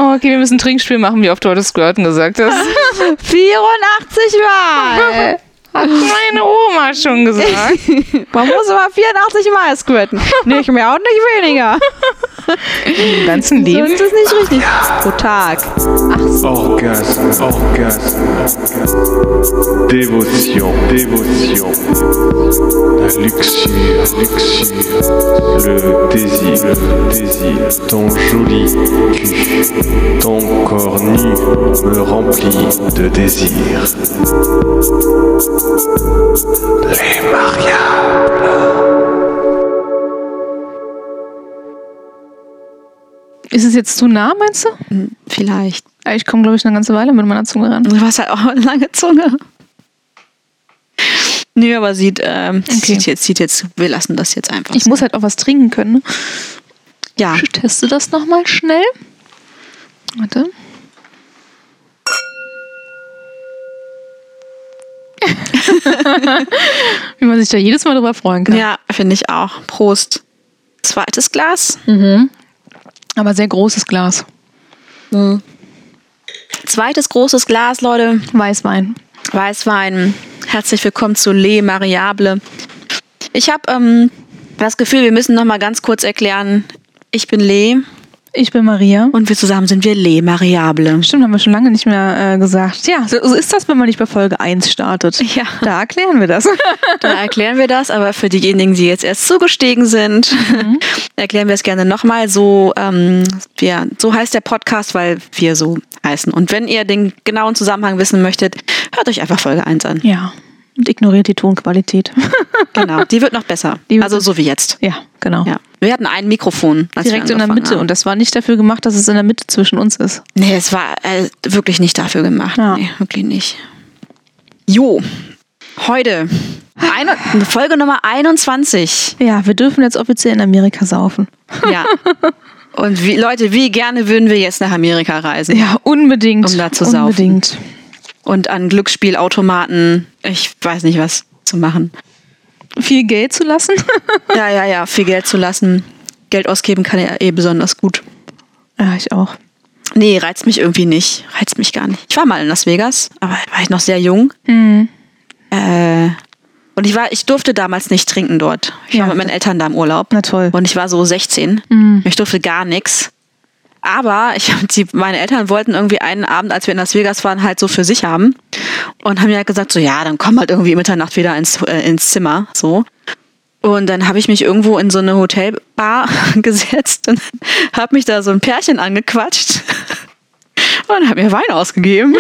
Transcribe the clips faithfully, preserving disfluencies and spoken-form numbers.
Oh, okay, wir müssen ein Trinkspiel machen, wie oft du heute Squirten gesagt hast. vierundachtzig Mal. Hat meine Oma schon gesagt. Man muss immer vierundachtzig Mal squirten. Nicht mehr und nicht weniger. Im ganzen Leben. Sonst ist nicht richtig. Pro Tag. Orgasme, Orgasme, Dévotion, Dévotion, la luxure, luxure, le désir, le désir, ton joli cul, ton corps nu me remplit de désir. Les mariables. Ist es jetzt zu nah, meinst du? Vielleicht. Ich komme, glaube ich, eine ganze Weile mit meiner Zunge ran. Du hast halt auch eine lange Zunge. Nö, aber sieht, ähm, Okay. sieht jetzt, sieht jetzt, wir lassen das jetzt einfach. Ich so. muss halt auch was trinken können. Ne? Ja. Ich teste das nochmal schnell. Warte. Wie man sich da jedes Mal drüber freuen kann. Ja, finde ich auch. Prost. Zweites Glas. Mhm. Aber sehr großes Glas. Zweites großes Glas, Leute. Weißwein. Weißwein. Herzlich willkommen zu Les Mariables. Ich habe ähm, das Gefühl, wir müssen noch mal ganz kurz erklären. Ich bin Les Ich bin Maria. und wir zusammen sind wir Les Mariables. Stimmt, haben wir schon lange nicht mehr äh, gesagt. Ja, so, so ist das, wenn man nicht bei Folge eins startet. Ja. Da erklären wir das. Da erklären wir das, aber für diejenigen, die jetzt erst zugestiegen sind, mhm. erklären wir es gerne nochmal. So, ähm, wir, so heißt der Podcast, weil wir so heißen. Und wenn ihr den genauen Zusammenhang wissen möchtet, hört euch einfach Folge eins an. Ja, und ignoriert die Tonqualität. Genau, die wird noch besser. Die wird- Also so wie jetzt. Ja, genau. Ja. Wir hatten ein Mikrofon. Als Direkt wir in der angefangen Mitte. haben. Und das war nicht dafür gemacht, dass es in der Mitte zwischen uns ist. Nee, es war äh, wirklich nicht dafür gemacht. Ja. Nee, wirklich nicht. Jo, heute eine, Folge Nummer einundzwanzig. Ja, wir dürfen jetzt offiziell in Amerika saufen. Ja. Und wie, Leute, wie gerne würden wir jetzt nach Amerika reisen? Ja, unbedingt. Um da zu saufen. Unbedingt. Und an Glücksspielautomaten, ich weiß nicht was zu machen. Viel Geld zu lassen. Ja, ja, ja, viel Geld zu lassen. Geld ausgeben kann ja eh besonders gut. Ja, ich auch. Nee, reizt mich irgendwie nicht. Reizt mich gar nicht. Ich war mal in Las Vegas, aber da war ich noch sehr jung. Mhm. Äh, und ich war, ich durfte damals nicht trinken dort. Ich Ja. war mit meinen Eltern da im Urlaub. Na toll. Und ich war so sechzehn. Mhm. Ich durfte gar nichts. Aber ich, die, meine Eltern wollten irgendwie einen Abend, als wir in Las Vegas waren, halt so für sich haben. Und haben mir halt gesagt, so ja, dann komm halt irgendwie Mitternacht wieder ins, äh, ins Zimmer. So. Und dann habe ich mich irgendwo in so eine Hotelbar gesetzt und habe mich da so ein Pärchen angequatscht. Und habe mir Wein ausgegeben.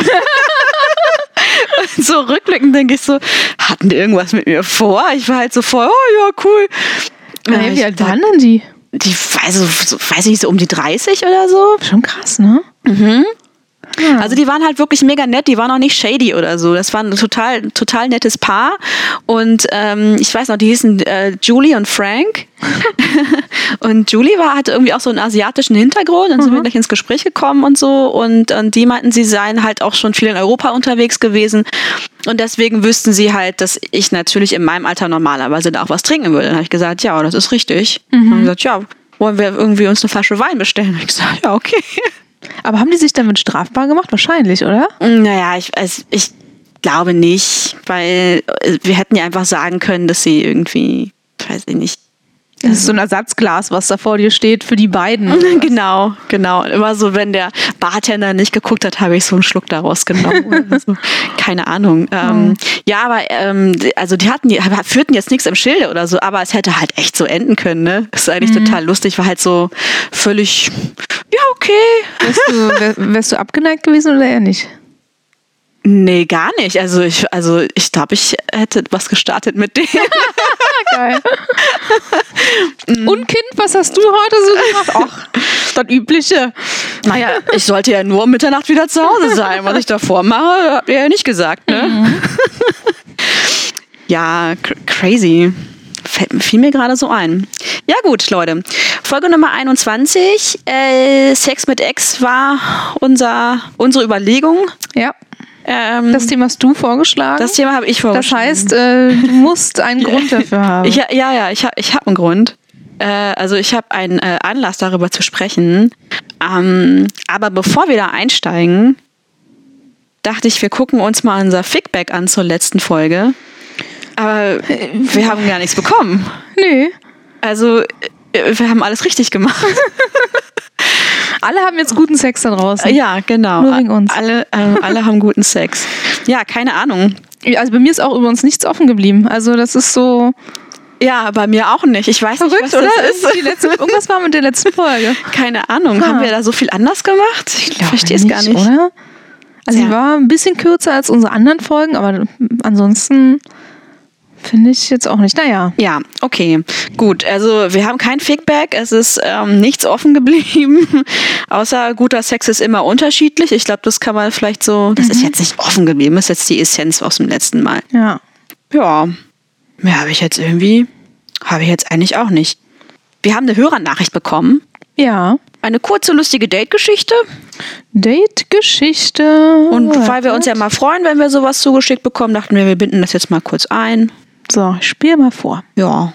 Und so rückblickend denke ich so, hatten die irgendwas mit mir vor? Ich war halt so voll, oh ja, cool. Ja, Ja, wie ich alt dachte- waren denn die? Die, also, so, weiß ich nicht, so um die dreißig oder so. Schon krass, ne? Mhm. Ja. Also die waren halt wirklich mega nett, die waren auch nicht shady oder so. Das war ein total, total nettes Paar. Und ähm, ich weiß noch, die hießen äh, Julie und Frank. Und Julie war, hatte irgendwie auch so einen asiatischen Hintergrund. Dann sind wir gleich ins Gespräch gekommen und so. Und, und die meinten, sie seien halt auch schon viel in Europa unterwegs gewesen. Und deswegen wüssten sie halt, dass ich natürlich in meinem Alter normalerweise da auch was trinken würde. Dann habe ich gesagt, ja, das ist richtig. Und dann haben sie gesagt, ja, wollen wir irgendwie uns eine Flasche Wein bestellen? Dann habe ich gesagt, ja, okay. Aber haben die sich damit strafbar gemacht? Wahrscheinlich, oder? Naja, ich, also ich glaube nicht, weil wir hätten ja einfach sagen können, dass sie irgendwie, weiß ich nicht. Das ist so ein Ersatzglas, was da vor dir steht für die beiden. Genau, genau. Und immer so, wenn der Bartender nicht geguckt hat, habe ich so einen Schluck daraus genommen. Oder so. Keine Ahnung. Ähm, ja, aber ähm, also die hatten, die führten jetzt nichts im Schilde oder so, aber es hätte halt echt so enden können, ne? Das ist eigentlich total lustig, war halt so völlig, ja, okay. Wärst du, wär, wärst du abgeneigt gewesen oder eher nicht? Nee, gar nicht. Also ich, also ich glaube, ich hätte was gestartet mit denen. Geil. Und Kind, was hast du heute so gemacht? Ach, das Übliche. Naja, ich sollte ja nur um Mitternacht wieder zu Hause sein. Was ich davor mache, habt ihr ja nicht gesagt, ne? Mhm. Ja, cr- crazy. Fällt, fiel mir gerade so ein. Ja gut, Leute. Folge Nummer einundzwanzig. Äh, Sex mit Ex war unser, unsere Überlegung. Ja. Ähm, Das Thema hast du vorgeschlagen. das Thema habe ich Das vorgeschlagen. heißt, äh, du musst einen Grund dafür haben. Ich, ja, ja, ich habe ich hab einen Grund. Äh, also ich habe einen äh, Anlass, darüber zu sprechen. Ähm, aber bevor wir da einsteigen, dachte ich, wir gucken uns mal unser Feedback an zur letzten Folge. Aber wir haben gar nichts bekommen. Nee. Also, wir haben alles richtig gemacht. Alle haben jetzt guten Sex da draußen. Ja, genau. Nur wegen uns. Alle, äh, alle haben guten Sex. Ja, keine Ahnung. Also bei mir ist auch übrigens nichts offen geblieben. Also das ist so... Ja, bei mir auch nicht. Ich weiß verrückt, nicht, was oder? das ist. Die letzte, irgendwas war mit der letzten Folge. Keine Ahnung. Ah. Haben wir da so viel anders gemacht? Ich verstehe es gar nicht. Oder? Also Ja. die war ein bisschen kürzer als unsere anderen Folgen, aber ansonsten finde ich jetzt auch nicht. Naja. Ja, okay. Gut, also wir haben kein Feedback. Es ist ähm, nichts offen geblieben. Außer guter Sex ist immer unterschiedlich. Ich glaube, das kann man vielleicht so... Das mhm. ist jetzt nicht offen geblieben. Das ist jetzt die Essenz aus dem letzten Mal. Ja. Ja. Mehr habe ich jetzt irgendwie... Habe ich jetzt eigentlich auch nicht. Wir haben eine Hörernachricht bekommen. Ja. Eine kurze, lustige Date-Geschichte. Date-Geschichte. Und weil wir uns ja mal freuen, wenn wir sowas zugeschickt bekommen, dachten wir, wir binden das jetzt mal kurz ein. So, ich spiele mal vor. Ja.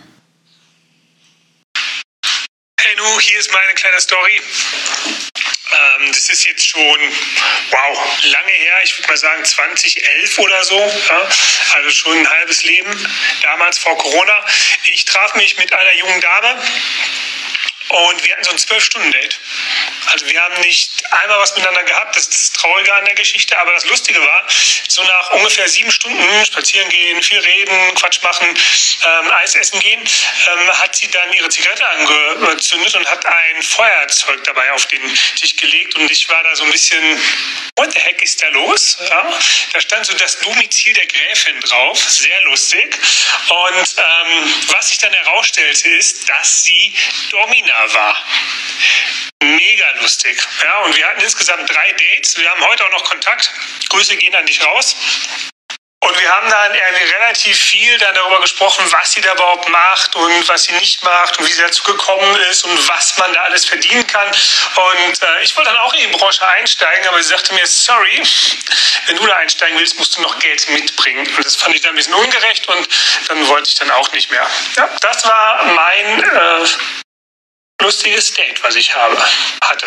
Hey Nu, hier ist meine kleine Story. Ähm, das ist jetzt schon, wow, lange her. Ich würde mal sagen zweitausendelf oder so. Ja? Also schon ein halbes Leben. Damals vor Corona. Ich traf mich mit einer jungen Dame. Und wir hatten so ein zwölf-Stunden-Date. Also wir haben nicht einmal was miteinander gehabt, das ist das Traurige an der Geschichte, aber das Lustige war, so nach ungefähr sieben Stunden spazieren gehen, viel reden, Quatsch machen, ähm, Eis essen gehen, ähm, hat sie dann ihre Zigarette angezündet und hat ein Feuerzeug dabei auf den Tisch gelegt und ich war da so ein bisschen, what the heck ist da los? Ja, da stand so das Domizil der Gräfin drauf, sehr lustig. Und ähm, was sich dann herausstellte, ist, dass sie Domina war. Mega lustig. Ja, und wir hatten insgesamt drei Dates. Wir haben heute auch noch Kontakt. Grüße gehen an dich raus. Und wir haben dann irgendwie relativ viel dann darüber gesprochen, was sie da überhaupt macht und was sie nicht macht und wie sie dazu gekommen ist und was man da alles verdienen kann. Und äh, ich wollte dann auch in die Branche einsteigen, aber sie sagte mir, sorry, wenn du da einsteigen willst, musst du noch Geld mitbringen. Und das fand ich dann ein bisschen ungerecht und dann wollte ich dann auch nicht mehr. Ja, das war mein äh, lustiges Date, was ich habe, hatte.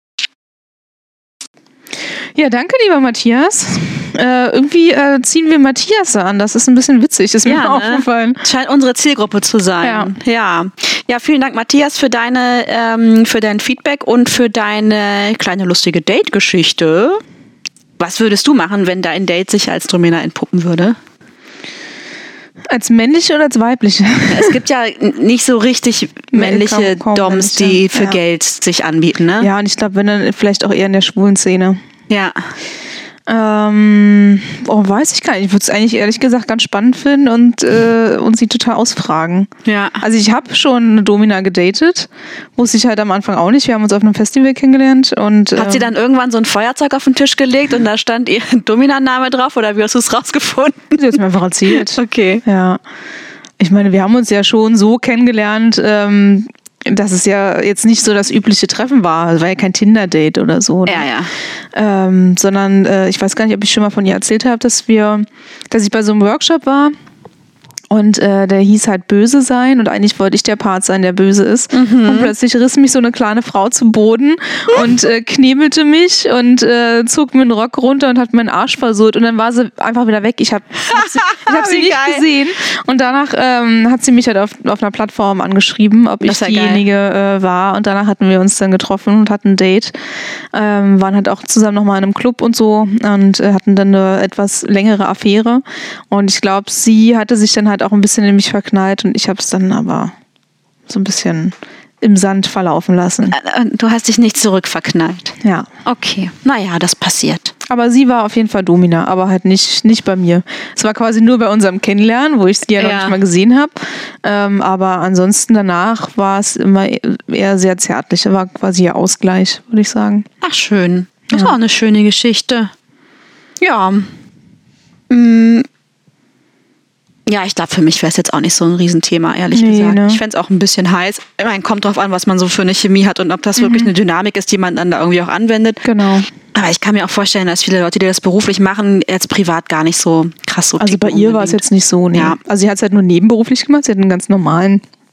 Ja, danke, lieber Matthias. Äh, irgendwie äh, ziehen wir Matthias an. Das ist ein bisschen witzig, ist mir Ja, auch ne? aufgefallen. Scheint unsere Zielgruppe zu sein. Ja. Ja, ja vielen Dank, Matthias, für deine, ähm, für dein Feedback und für deine kleine lustige Date-Geschichte. Was würdest du machen, wenn dein Date sich als Domina entpuppen würde? Als männliche oder als weibliche? Es gibt ja nicht so richtig männliche kaum- kaum Doms, männliche. die für Ja. Geld sich anbieten, ne? Ja, und ich glaube, wenn dann vielleicht auch eher in der schwulen Szene. Ja. Ähm, oh, weiß ich gar nicht. Ich würde es eigentlich ehrlich gesagt ganz spannend finden und, äh, und sie total ausfragen. Ja. Also ich habe schon eine Domina gedatet, wusste ich halt am Anfang auch nicht. Wir haben uns auf einem Festival kennengelernt und Hat sie ähm, dann irgendwann so ein Feuerzeug auf den Tisch gelegt und da stand ihr Domina-Name drauf oder wie hast du es rausgefunden? sie hat es mir einfach erzählt. Okay. Ja. Ich meine, wir haben uns ja schon so kennengelernt, ähm, dass es ja jetzt nicht so das übliche Treffen war. Es war ja kein Tinder-Date oder so. Ne? Ja, ja. Ähm, sondern äh, ich weiß gar nicht, ob ich schon mal von ihr erzählt habe, dass wir, dass ich bei so einem Workshop war und äh, der hieß halt Böse sein und eigentlich wollte ich der Part sein, der böse ist. Mhm. Und plötzlich riss mich so eine kleine Frau zu Boden und äh, knebelte mich und äh, zog mir den Rock runter und hat meinen Arsch versucht und dann war sie einfach wieder weg. Ich habe hab sie, ich hab sie Wie nicht geil. gesehen und danach ähm, hat sie mich halt auf, auf einer Plattform angeschrieben, ob ich Das ist ja diejenige äh, war und danach hatten wir uns dann getroffen und hatten ein Date. Ähm, waren halt auch zusammen nochmal in einem Club und so und äh, hatten dann eine etwas längere Affäre und ich glaube, sie hatte sich dann halt auch ein bisschen in mich verknallt und ich habe es dann aber so ein bisschen im Sand verlaufen lassen. Du hast dich nicht zurückverknallt. Ja. Okay. Naja, das passiert. Aber sie war auf jeden Fall Domina, aber halt nicht, nicht bei mir. Es war quasi nur bei unserem Kennenlernen, wo ich sie ja noch Ja. nicht mal gesehen habe. Ähm, aber ansonsten danach war es immer eher sehr zärtlich. War quasi ihr Ausgleich, würde ich sagen. Ach, schön. Das Ja. war auch eine schöne Geschichte. Ja. Mm. Ja, ich glaube, für mich wäre es jetzt auch nicht so ein Riesenthema, ehrlich Nee, gesagt. ne? Ich fände es auch ein bisschen heiß. Ich meine, kommt drauf an, was man so für eine Chemie hat und ob das wirklich eine Dynamik ist, die man dann da irgendwie auch anwendet. Genau. Aber ich kann mir auch vorstellen, dass viele Leute, die das beruflich machen, jetzt privat gar nicht so krass so Also bei ticken ihr war es unbedingt. jetzt nicht so, nee. Ja. Also sie hat es halt nur nebenberuflich gemacht, sie hat einen ganz normalen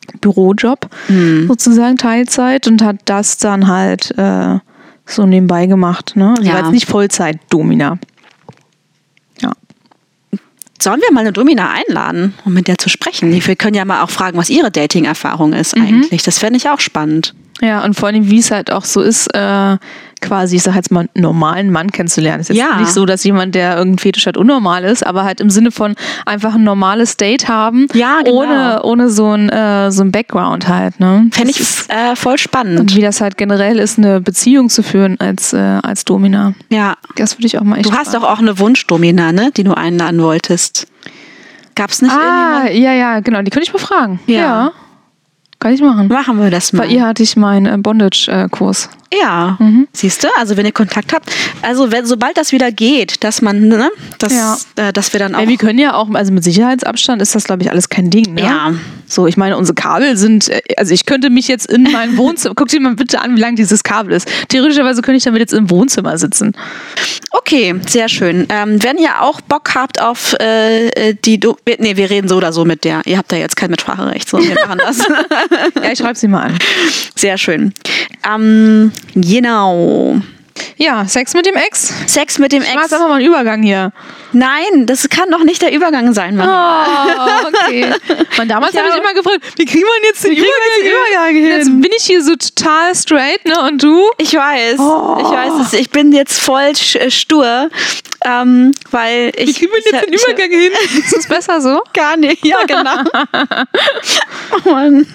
Bürojob, mhm. sozusagen Teilzeit, und hat das dann halt äh, so nebenbei gemacht. Ne? Also ja. war jetzt nicht Vollzeit-Domina. Ja. Sollen wir mal eine Domina einladen, um mit der zu sprechen? Wir können ja mal auch fragen, was ihre Dating-Erfahrung ist Mhm. eigentlich. Das fände ich auch spannend. Ja, und vor allem, wie es halt auch so ist, äh, quasi, ich sag jetzt mal, einen normalen Mann kennenzulernen. Es ist jetzt Ja. nicht so, dass jemand, der irgendeinen Fetisch hat, unnormal ist, aber halt im Sinne von einfach ein normales Date haben, Ja, genau. ohne, ohne so ein, äh, so ein Background halt. Ne? Fände Das ich ist- äh, voll spannend. Und wie das halt generell ist, eine Beziehung zu führen als, äh, als Domina. Ja. Das würde ich auch mal echt Du hast fragen. doch auch eine Wunschdomina, ne, die du einladen wolltest. Gab's nicht Ah, irgendjemanden? ja, ja, genau. Die könnte ich mal fragen. Ja. Kann ich machen. Machen wir das mal. Bei ihr hatte ich meinen äh, Bondage-Kurs. Ja, Mhm. siehst du, also wenn ihr Kontakt habt, also wenn, sobald das wieder geht, dass man, ne, dass, Ja. äh, dass wir dann auch... Ja, wir können ja auch, also mit Sicherheitsabstand ist das, glaube ich, alles kein Ding. Ne? Ja. So, ich meine, unsere Kabel sind, äh, also ich könnte mich jetzt in mein Wohnzimmer, guck dir mal bitte an, wie lang dieses Kabel ist. Theoretischerweise könnte ich damit jetzt im Wohnzimmer sitzen. Okay, sehr schön. Ähm, wenn ihr auch Bock habt auf äh, die... Do nee, wir reden so oder so mit der. Ihr habt da jetzt kein Mitspracherecht, so wir machen das. Ja, ich schreibe sie mal an. Sehr schön. Ähm, genau. Ja, Sex mit dem Ex. Sex mit dem Ich mach Ex. jetzt einfach mal einen Übergang hier. Nein, das kann doch nicht der Übergang sein, Mann. Oh, okay. Man, damals Ja. habe ich immer gefragt, wie kriegen wir jetzt den kriegen wir jetzt den Übergang, hin? Jetzt bin ich hier so total straight, ne? Und du? Ich weiß, Oh. ich weiß es. Ich bin jetzt voll sch- äh, stur, ähm, weil ich... Wie kriegen wir ich, jetzt den ich- Übergang hin? Ist das besser so? Gar nicht, ja genau. Oh Mann.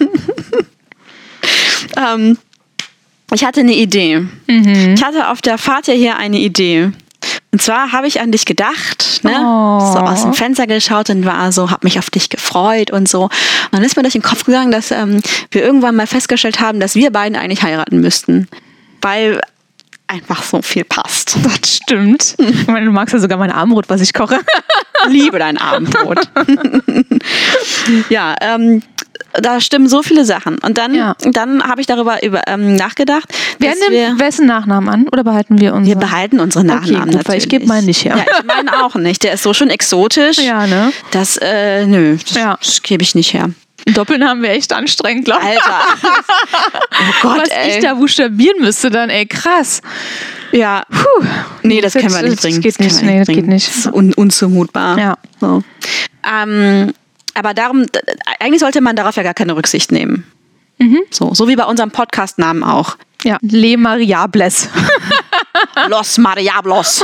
ähm, ich hatte eine Idee. Ich hatte auf der Fahrt hier eine Idee. Und zwar habe ich an dich gedacht, ne? Oh. So aus dem Fenster geschaut und war so, habe mich auf dich gefreut und so. Und dann ist mir durch den Kopf gegangen, dass ähm, wir irgendwann mal festgestellt haben, dass wir beiden eigentlich heiraten müssten. Weil einfach so viel passt. Das stimmt. Ich meine, du magst ja sogar mein Armbrot, was ich koche. Liebe dein Abendbrot. Ja, ähm, da stimmen so viele Sachen. Und dann, Ja. dann habe ich darüber über, ähm, nachgedacht, Wer dass wir, nimmt wessen Nachnamen an oder behalten wir unseren? wir behalten unsere Nachnamen Okay, gut, natürlich. weil ich gebe meinen nicht her. Ja, ich meine auch nicht. Der ist so schon exotisch. Ja, ne? Das, äh, nö, das, Ja. das gebe ich nicht her. Einen Doppelnamen wäre echt anstrengend, glaube ich. Alter. Oh Gott, Was ey. ich da buchstabieren müsste dann, ey, krass. Ja. Puh. Nee, das Das- können wir nicht das bringen. geht können nicht. wir Nee, das bringen. geht nicht. Das ist un unzumutbar. Ja. So. Ähm, aber darum, d- eigentlich sollte man darauf ja gar keine Rücksicht nehmen. Mhm. So, so wie bei unserem Podcast-Namen auch. Ja, Le Mariables. Los Mariablos.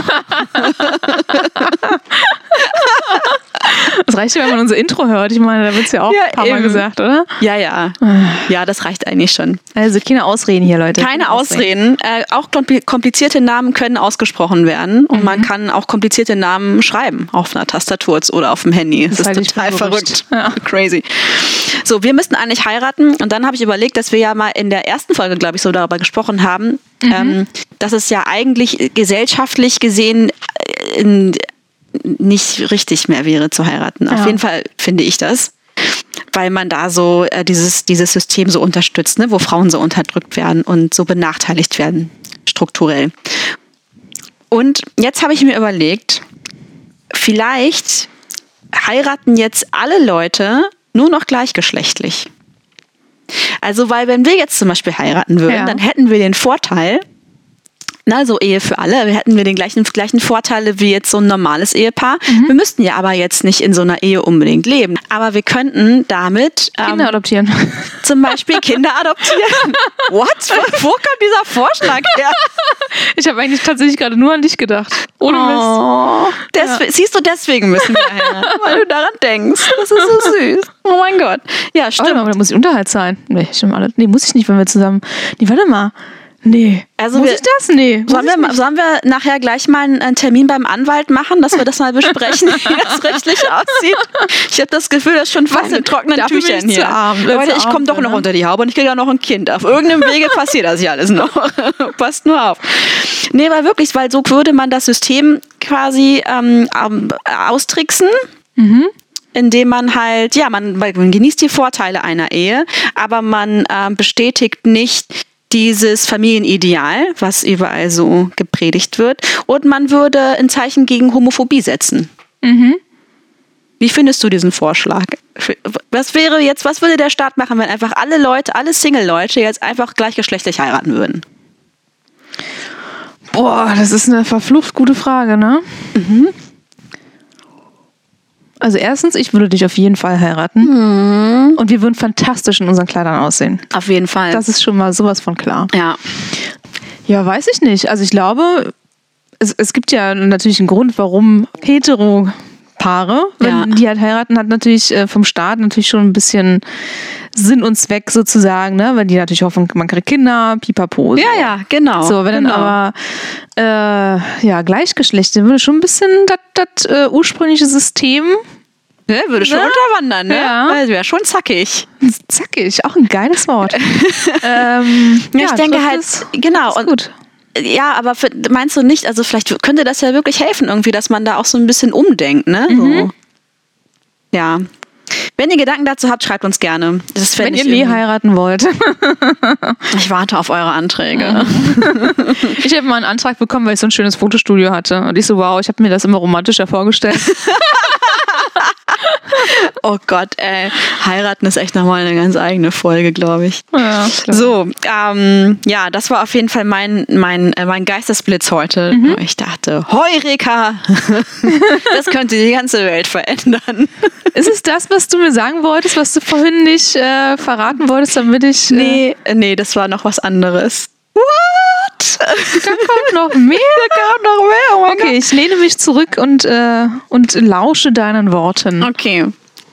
Das reicht ja, wenn man unser Intro hört. Ich meine, da wird es ja auch Ja, ein paar Mal eben. gesagt, oder? Ja, ja. Ja, das reicht eigentlich schon. Also keine Ausreden hier, Leute. Keine Ausreden. Äh, auch kompli- komplizierte Namen können ausgesprochen werden. Und Mhm. man kann auch komplizierte Namen schreiben auf einer Tastatur oder auf dem Handy. Das, Das halte ist ich total für verrückt. verrückt. Ja. Crazy. So, wir müssten eigentlich heiraten. Und dann habe ich überlegt, dass wir ja mal in der ersten Folge, glaube ich, so darüber gesprochen haben, Mhm. ähm, dass es ja eigentlich gesellschaftlich gesehen äh, in, nicht richtig mehr wäre zu heiraten. Auf Ja. jeden Fall finde ich das. Weil man da so äh, dieses, dieses System so unterstützt, ne, wo Frauen so unterdrückt werden und so benachteiligt werden, strukturell. Und jetzt habe ich mir überlegt, vielleicht heiraten jetzt alle Leute nur noch gleichgeschlechtlich. Also, weil wenn wir jetzt zum Beispiel heiraten würden, Ja. dann hätten wir den Vorteil, na, so Ehe für alle, wir hätten wir den gleichen, gleichen Vorteile wie jetzt so ein normales Ehepaar. Wir müssten ja aber jetzt nicht in so einer Ehe unbedingt leben. Aber wir könnten damit ähm, Kinder adoptieren. zum Beispiel Kinder adoptieren. What? Wo kommt dieser Vorschlag her? Ich habe eigentlich tatsächlich gerade nur an dich gedacht. Ohne Mist. Oh, deswe- Siehst du, deswegen müssen wir heiraten, weil du daran denkst. Das ist so süß. Oh mein Gott. Ja, Stimmt, stimmt. aber da muss ich Unterhalt zahlen. Nee, stimmt alle. Nee, muss ich nicht, wenn wir zusammen. Nee, warte mal. Nee. Also muss wir- ich das? Nee. muss Sollen ich wir, nicht. sollen wir nachher gleich mal einen, einen Termin beim Anwalt machen, dass wir das mal besprechen, wie das rechtlich aussieht? Ich habe das Gefühl, das ist schon fast Was? in trockenen Dafür bin Tüchern ich hier. zu arm. Leute, Zu ich arm komme doch für, noch ne? unter die Haube und ich kriege ja noch ein Kind. Auf irgendeinem Wege passiert das hier alles noch. Passt nur auf. Nee, weil wirklich, weil so würde man das System quasi ähm, ähm, austricksen. Indem man halt, ja, man, man genießt die Vorteile einer Ehe, aber man ähm, bestätigt nicht dieses Familienideal, was überall so gepredigt wird. Und man würde ein Zeichen gegen Homophobie setzen. Wie findest du diesen Vorschlag? Was wäre jetzt, was würde der Staat machen, wenn einfach alle Leute, alle Single-Leute jetzt einfach gleichgeschlechtlich heiraten würden? Boah, das ist eine verflucht gute Frage, ne? Mhm. Also erstens, ich würde dich auf jeden Fall heiraten. Mhm. Und wir würden fantastisch in unseren Kleidern aussehen. Auf jeden Fall. Das ist schon mal sowas von klar. ja. Ja, weiß ich nicht. Also ich glaube, es, es gibt ja natürlich einen Grund, warum hetero Paare, wenn Ja. die halt heiraten, hat natürlich äh, vom Staat natürlich schon ein bisschen Sinn und Zweck sozusagen, ne? Wenn die natürlich hoffen, man kriegt Kinder, pipapo. So. Ja, ja, genau. So, wenn genau. dann aber äh, ja, Gleichgeschlecht, dann würde schon ein bisschen das äh, ursprüngliche System Ne, würde schon Ne? unterwandern, ne? Ja. Weil wäre schon zackig. zackig, auch ein geiles Wort. ähm, Ja, ich denke trifft halt, es- genau. ist Und gut. ja, aber für, meinst du nicht, also vielleicht könnte das ja wirklich helfen irgendwie, dass man da auch so ein bisschen umdenkt, ne? Mhm. So. Ja. Wenn ihr Gedanken dazu habt, schreibt uns gerne. Das fänd Wenn ich ihr Lee irgendwie- heiraten wollt. Ich warte auf eure Anträge. Ich habe mal einen Antrag bekommen, weil ich so ein schönes Fotostudio hatte. Und ich so, wow, ich habe mir das immer romantischer vorgestellt. Oh Gott, ey. Heiraten ist echt nochmal eine ganz eigene Folge, glaube ich. Ja, klar. So, ähm, ja, das war auf jeden Fall mein, mein, äh, mein Geistesblitz heute. Mhm. Ich dachte, Heureka! Das könnte die ganze Welt verändern. Ist es das, was du mir sagen wolltest, was du vorhin nicht äh, verraten wolltest, damit ich... Äh, Nee, äh, nee, das war noch was anderes. What? Da kommt noch mehr. Da kommt noch mehr. Oh mein Okay, ich lehne mich zurück und, äh, und lausche deinen Worten. Gott. Okay.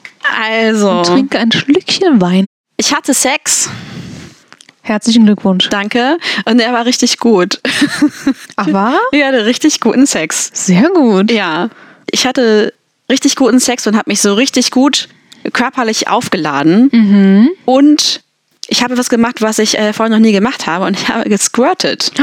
Also, Trinke ein Schlückchen Wein. ich hatte Sex, Herzlichen Glückwunsch. danke, und er war richtig gut. Ach, war? Ich hatte richtig guten Sex. Sehr gut. Ja, ich hatte richtig guten Sex und habe mich so richtig gut körperlich aufgeladen. Mhm. Und ich habe was gemacht, was ich äh, vorher noch nie gemacht habe, und ich habe gesquirtet.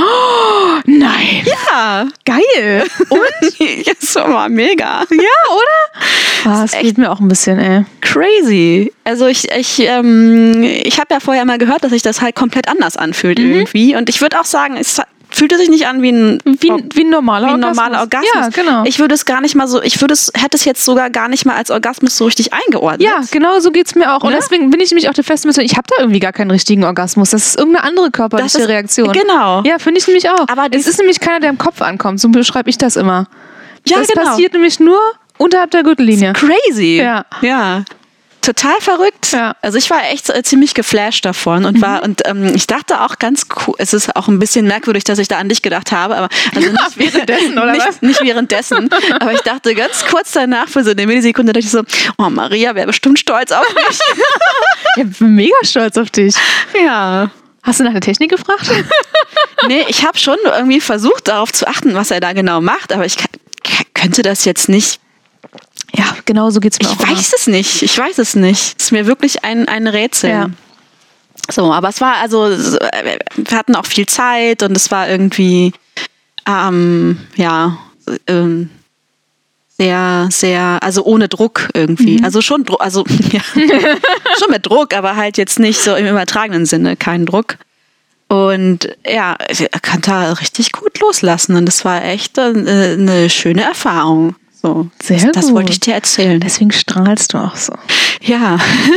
Nein. Ja, Geil. und das war mega. Ja, oder? Ah, das geht mir auch ein bisschen, ey. Crazy. Also ich, ich, ähm, ich habe ja vorher mal gehört, dass sich das halt komplett anders anfühlt irgendwie. Und ich würde auch sagen, es fühlte sich nicht an wie ein, Wie, wie ein normaler wie ein Orgasmus. normaler Orgasmus. Ja, genau. Ich würde es gar nicht mal so, ich würde es, hätte es jetzt sogar gar nicht mal als Orgasmus so richtig eingeordnet. Ja, genau so geht's mir auch. Und Ne? deswegen bin ich nämlich auch der festen Überzeugung, ich habe da irgendwie gar keinen richtigen Orgasmus. Das ist irgendeine andere körperliche Das ist- Reaktion. genau. Ja, finde ich nämlich auch. Aber es dies- ist nämlich keiner, der im Kopf ankommt. So beschreibe ich das immer. Ja, das genau. passiert nämlich nur unterhalb der Gürtellinie. Crazy. Ja. Ja. Total verrückt. Ja. Also ich war echt äh, ziemlich geflasht davon und war und ähm, ich dachte auch ganz cool. Es ist auch ein bisschen merkwürdig, dass ich da an dich gedacht habe, aber also nicht währenddessen, oder nicht, was? Nicht währenddessen, aber ich dachte ganz kurz danach für so eine Millisekunde dachte ich so, oh Maria wäre bestimmt stolz auf mich. Ich bin mega stolz auf dich. Ja. Hast du nach der Technik gefragt? Nee, ich habe schon irgendwie versucht darauf zu achten, was er da genau macht, aber ich kann, könnte das jetzt nicht. Ja, genau so geht's mir Ich auch. weiß es nicht. Ich weiß es nicht. Es ist mir wirklich ein, ein Rätsel. Ja. So, aber es war also, wir hatten auch viel Zeit und es war irgendwie, ähm, ja, ähm, sehr, sehr, also ohne Druck irgendwie. Also schon Druck, also ja, schon mit Druck, aber halt jetzt nicht so im übertragenen Sinne, kein Druck. Und ja, er kann da richtig gut loslassen und das war echt äh, eine schöne Erfahrung. So, Sehr das, das gut. wollte ich dir erzählen. Deswegen strahlst du auch so. Ja.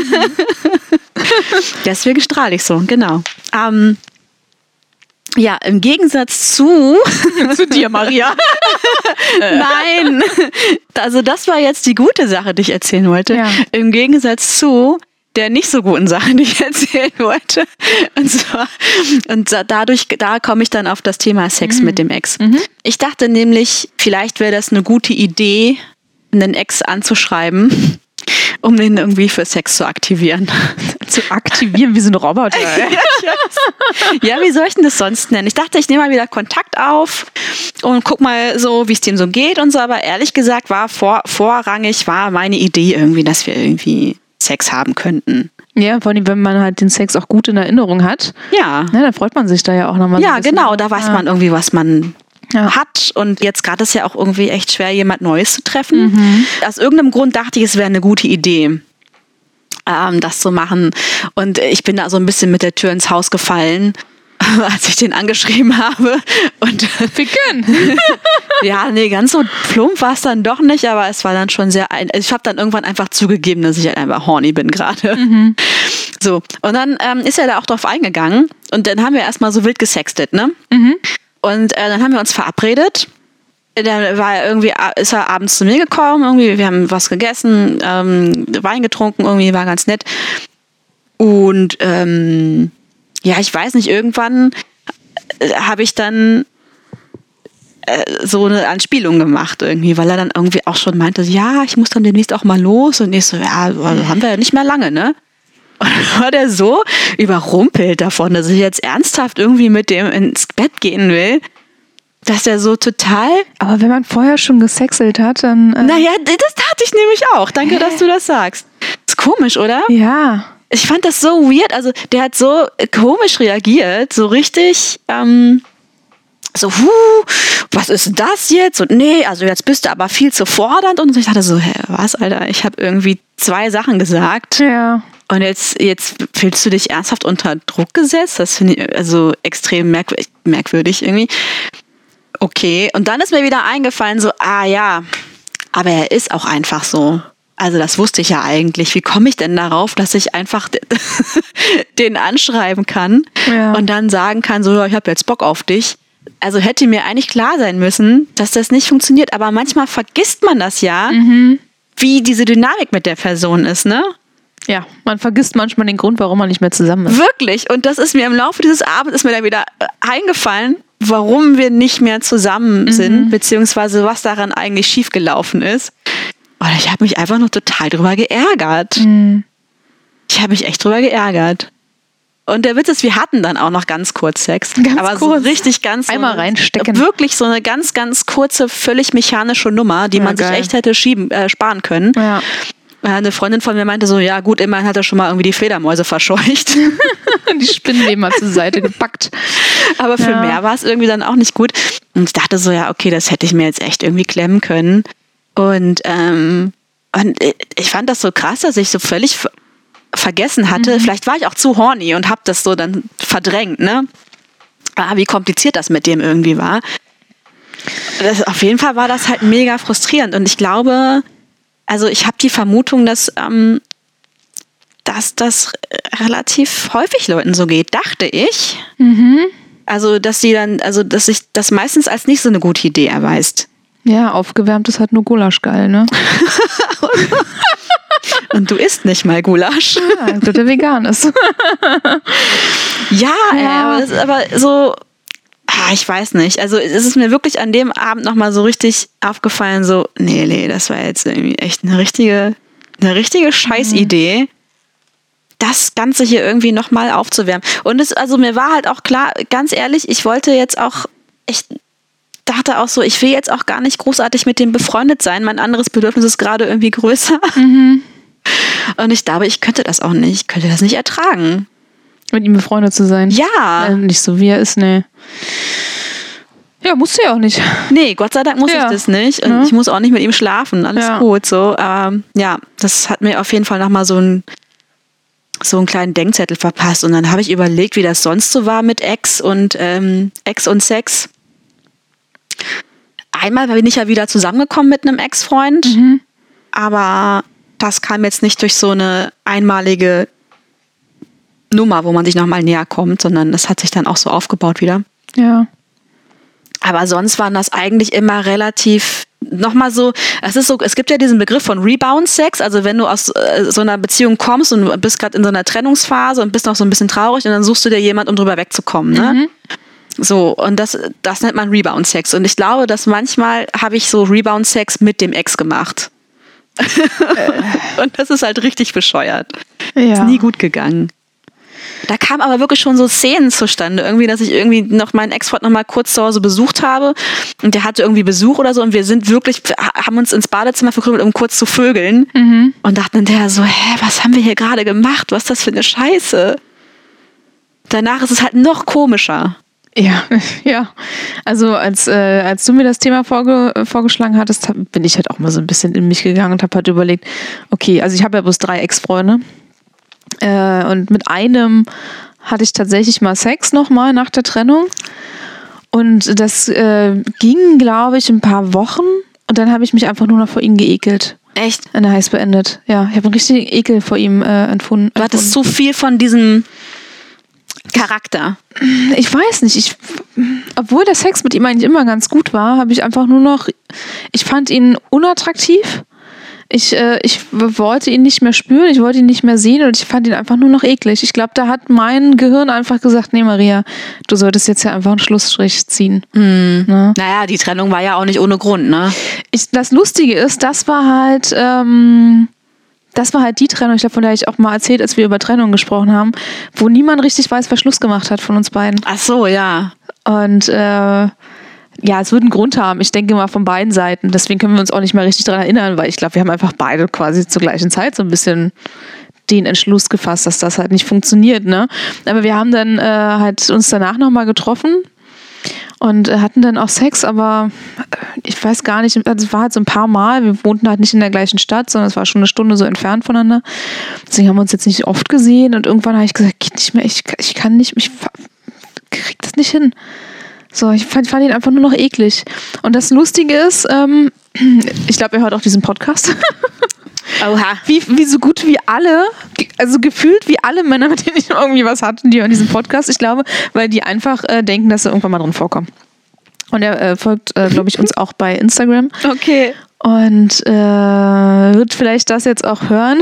Deswegen strahle ich so, genau. Ähm, ja, im Gegensatz zu. Zu dir, Maria. Nein! Also, das war jetzt die gute Sache, die ich erzählen wollte. Ja. Im Gegensatz zu der nicht so guten Sache, die ich erzählen wollte. Und zwar, und da- dadurch, da komme ich dann auf das Thema Sex mit dem Ex. Ich dachte nämlich, vielleicht wäre das eine gute Idee, einen Ex anzuschreiben, um den irgendwie für Sex zu aktivieren. Zu aktivieren wie so ein Roboter. Ey. Ja, wie soll ich denn das sonst nennen? Ich dachte, ich nehme mal wieder Kontakt auf und guck mal so, wie es dem so geht und so. Aber ehrlich gesagt war vor, vorrangig war meine Idee irgendwie, dass wir irgendwie Sex haben könnten. Ja, vor allem, wenn man halt den Sex auch gut in Erinnerung hat. Ja. Ja, dann freut man sich da ja auch nochmal so Ja, ein bisschen. genau, da weiß Ja. man irgendwie, was man Ja. hat. Und jetzt gerade ist ja auch irgendwie echt schwer, jemand Neues zu treffen. Aus irgendeinem Grund dachte ich, es wäre eine gute Idee, ähm, das zu machen. Und ich bin da so ein bisschen mit der Tür ins Haus gefallen. als ich den angeschrieben habe. Und Ficken! ja, nee, ganz so plump war es dann doch nicht, aber es war dann schon sehr, ein, also ich habe dann irgendwann einfach zugegeben, dass ich halt einfach horny bin gerade. Mhm. So, und dann ähm, ist er da auch drauf eingegangen und dann haben wir erstmal so wild gesextet, ne? Mhm. Und äh, dann haben wir uns verabredet. Dann war er irgendwie, ist er abends zu mir gekommen, irgendwie, wir haben was gegessen, ähm, Wein getrunken, irgendwie war ganz nett. Und ähm, ja, ich weiß nicht, irgendwann habe ich dann äh, so eine Anspielung gemacht irgendwie, weil er dann irgendwie auch schon meinte, ja, ich muss dann demnächst auch mal los. Und ich so, ja, also haben wir ja nicht mehr lange, ne? Und dann war der so überrumpelt davon, dass ich jetzt ernsthaft irgendwie mit dem ins Bett gehen will, dass der so total... Aber wenn man vorher schon gesexelt hat, dann... Äh Naja, das tat ich nämlich auch. Danke, Hä? dass du das sagst. Ist komisch, oder? Ja. Ich fand das so weird. Also der hat so komisch reagiert, so richtig... Ähm, so, huh, was ist das jetzt? Und nee, also jetzt bist du aber viel zu fordernd. Und ich dachte so, hä, was, Alter? Ich habe irgendwie zwei Sachen gesagt. Ja. Und jetzt, jetzt fühlst du dich ernsthaft unter Druck gesetzt? Das finde ich also extrem merkwürdig, merkwürdig irgendwie. Okay, und dann ist mir wieder eingefallen, so, ah ja, aber er ist auch einfach so. Also das wusste ich ja eigentlich. Wie komme ich denn darauf, dass ich einfach den anschreiben kann ja. und dann sagen kann, so, ja, ich habe jetzt Bock auf dich. Also hätte mir eigentlich klar sein müssen, dass das nicht funktioniert. Aber manchmal vergisst man das ja, mhm. wie diese Dynamik mit der Person ist, ne? Ja, man vergisst manchmal den Grund, warum man nicht mehr zusammen ist. Wirklich. Und das ist mir im Laufe dieses Abends ist mir dann wieder eingefallen, warum wir nicht mehr zusammen sind, mhm. beziehungsweise was daran eigentlich schiefgelaufen ist. Und ich habe mich einfach nur total drüber geärgert. Mhm. Ich habe mich echt drüber geärgert. Und der Witz ist, wir hatten dann auch noch ganz kurz Sex. Ganz aber kurz. so richtig ganz... Einmal so reinstecken. Wirklich so eine ganz, ganz kurze, völlig mechanische Nummer, die ja, man geil. sich echt hätte schieben, äh, sparen können. Ja. Eine Freundin von mir meinte so, ja gut, immerhin hat er schon mal irgendwie die Fledermäuse verscheucht. Die Spinnen eben mal zur Seite gepackt. Aber für ja. mehr war es irgendwie dann auch nicht gut. Und ich dachte so, ja okay, das hätte ich mir jetzt echt irgendwie klemmen können. Und, ähm, und ich fand das so krass, dass ich so völlig ver- vergessen hatte. Mhm. Vielleicht war ich auch zu horny und habe das so dann verdrängt, ne? Ah, wie kompliziert das mit dem irgendwie war. Das, auf jeden Fall war das halt mega frustrierend. Und ich glaube... Also ich habe die Vermutung, dass, ähm, dass das relativ häufig Leuten so geht, dachte ich. Mhm. Also dass sie dann, also dass sich das meistens als nicht so eine gute Idee erweist. Ja, aufgewärmtes hat nur Gulasch geil, ne? Und du isst nicht mal Gulasch. Ja, dass der vegan ist. ja, ja. Ey, aber, das ist aber so... Ich weiß nicht. Also es ist mir wirklich an dem Abend nochmal so richtig aufgefallen, so, nee, nee, das war jetzt irgendwie echt eine richtige, eine richtige Scheißidee, mhm. das Ganze hier irgendwie nochmal aufzuwärmen. Und es, also mir war halt auch klar, ganz ehrlich, ich wollte jetzt auch, ich dachte auch so, ich will jetzt auch gar nicht großartig mit dem befreundet sein. Mein anderes Bedürfnis ist gerade irgendwie größer. Mhm. Und ich glaube, ich könnte das auch nicht, ich könnte das nicht ertragen. Mit ihm befreundet zu sein? Ja. Äh, nicht so wie er ist, ne. Ja, musst du ja auch nicht. Nee, Gott sei Dank muss ja. ich das nicht. Und ja. ich muss auch nicht mit ihm schlafen. Alles ja. gut. So, ähm, ja, das hat mir auf jeden Fall nochmal so, ein, so einen kleinen Denkzettel verpasst. Und dann habe ich überlegt, wie das sonst so war mit Ex und ähm, Ex und Sex. Einmal bin ich ja wieder zusammengekommen mit einem Ex-Freund. Mhm. Aber das kam jetzt nicht durch so eine einmalige Nummer, wo man sich nochmal näher kommt, sondern das hat sich dann auch so aufgebaut wieder. Ja. Aber sonst waren das eigentlich immer relativ, nochmal so, es ist so, es gibt ja diesen Begriff von Rebound-Sex, also wenn du aus äh, so einer Beziehung kommst und bist gerade in so einer Trennungsphase und bist noch so ein bisschen traurig und dann suchst du dir jemand, um drüber wegzukommen, ne? Mhm. So, und das, das nennt man Rebound-Sex. Und ich glaube, dass manchmal habe ich so Rebound-Sex mit dem Ex gemacht. Und das ist halt richtig bescheuert. Ja. Ist nie gut gegangen. Da kamen aber wirklich schon so Szenen zustande, irgendwie, dass ich irgendwie noch meinen Ex-Freund noch mal kurz zu Hause besucht habe und der hatte irgendwie Besuch oder so und wir sind wirklich, haben uns ins Badezimmer verkrümelt, um kurz zu vögeln mhm. und dachten hinterher so, hä, was haben wir hier gerade gemacht? Was ist das für eine Scheiße? Danach ist es halt noch komischer. Ja, ja. Also als, äh, als du mir das Thema vorge- vorgeschlagen hattest, hab, bin ich halt auch mal so ein bisschen in mich gegangen und habe halt überlegt, okay, also ich habe ja bloß drei Ex-Freunde. Äh, und mit einem hatte ich tatsächlich mal Sex nochmal nach der Trennung. Und das äh, ging, glaube ich, ein paar Wochen. Und dann habe ich mich einfach nur noch vor ihm geekelt. Echt? Und dann heißt beendet. Ja, ich habe einen richtigen Ekel vor ihm äh, empfunden. Du hattest zu viel von diesem Charakter. Ich weiß nicht. Ich, obwohl der Sex mit ihm eigentlich immer ganz gut war, habe ich einfach nur noch... Ich fand ihn unattraktiv. Ich, äh, ich wollte ihn nicht mehr spüren, ich wollte ihn nicht mehr sehen und ich fand ihn einfach nur noch eklig. Ich glaube, da hat mein Gehirn einfach gesagt, nee Maria, du solltest jetzt ja einfach einen Schlussstrich ziehen. Mhm. Ne? Naja, die Trennung war ja auch nicht ohne Grund, ne? Ich, das Lustige ist, das war halt, ähm, das war halt die Trennung, ich glaube, von der ich auch mal erzählt, als wir über Trennung gesprochen haben, wo niemand richtig weiß, wer Schluss gemacht hat von uns beiden. Ach so, ja. Und äh, ja, es wird einen Grund haben. Ich denke mal von beiden Seiten. Deswegen können wir uns auch nicht mehr richtig daran erinnern, weil ich glaube, wir haben einfach beide quasi zur gleichen Zeit so ein bisschen den Entschluss gefasst, dass das halt nicht funktioniert, ne? Aber wir haben dann äh, halt uns danach nochmal getroffen und äh, hatten dann auch Sex, aber ich weiß gar nicht, also es war halt so ein paar Mal, wir wohnten halt nicht in der gleichen Stadt, sondern es war schon eine Stunde so entfernt voneinander. Deswegen haben wir uns jetzt nicht oft gesehen und irgendwann habe ich gesagt, geht nicht mehr, ich, ich kann nicht, ich krieg das nicht hin. So, ich fand, fand ihn einfach nur noch eklig. Und das Lustige ist, ähm, ich glaube, er hört auch diesen Podcast. Oha. Wie, wie so gut wie alle, also gefühlt wie alle Männer, mit denen ich irgendwie was hatte, die hören diesen Podcast. Ich glaube, weil die einfach äh, denken, dass sie irgendwann mal drin vorkommen. Und er äh, folgt, äh, glaube ich, uns auch bei Instagram. Okay. Und äh, wird vielleicht das jetzt auch hören.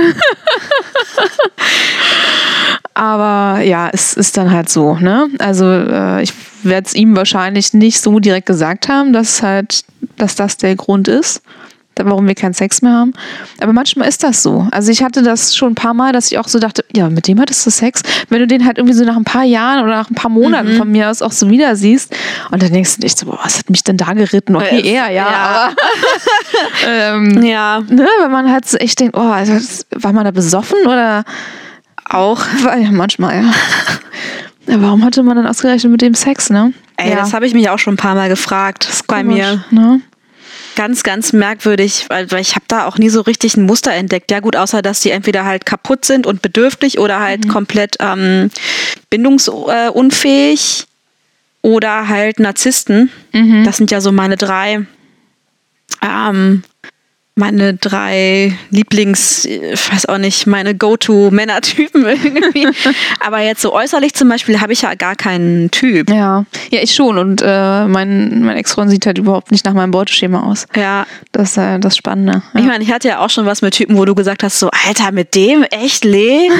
Aber ja, es ist dann halt so, ne? Also äh, ich werde es ihm wahrscheinlich nicht so direkt gesagt haben, dass halt, dass das der Grund ist, warum wir keinen Sex mehr haben. Aber manchmal ist das so. Also ich hatte das schon ein paar Mal, dass ich auch so dachte, ja, mit dem hattest du Sex. Wenn du den halt irgendwie so nach ein paar Jahren oder nach ein paar Monaten mhm. von mir aus auch so wieder siehst und dann denkst du nicht so, boah, was hat mich denn da geritten? Okay, äh, er, ja, ja. aber ähm, ja. Ne, wenn man halt so echt denkt, oh, war man da besoffen oder auch? Ja, manchmal, ja. Ja, warum hatte man dann ausgerechnet mit dem Sex, ne? Ey, ja. das habe ich mich auch schon ein paar Mal gefragt. Das ist bei komisch, mir. Ne? Ganz, ganz merkwürdig, weil, weil ich habe da auch nie so richtig ein Muster entdeckt. Ja gut, außer dass die entweder halt kaputt sind und bedürftig oder halt mhm. komplett ähm, bindungsunfähig oder halt Narzissten. Mhm. Das sind ja so meine drei ähm, meine drei Lieblings, ich weiß auch nicht, meine Go-To-Männertypen irgendwie. Aber jetzt so äußerlich zum Beispiel habe ich ja gar keinen Typ. Ja, ja, ich schon. Und äh, mein, mein Ex-Freund sieht halt überhaupt nicht nach meinem Beuteschema aus. Ja. Das ist äh, das Spannende. Ja. Ich meine, ich hatte ja auch schon was mit Typen, wo du gesagt hast, so, Alter, mit dem? Echt, Lee?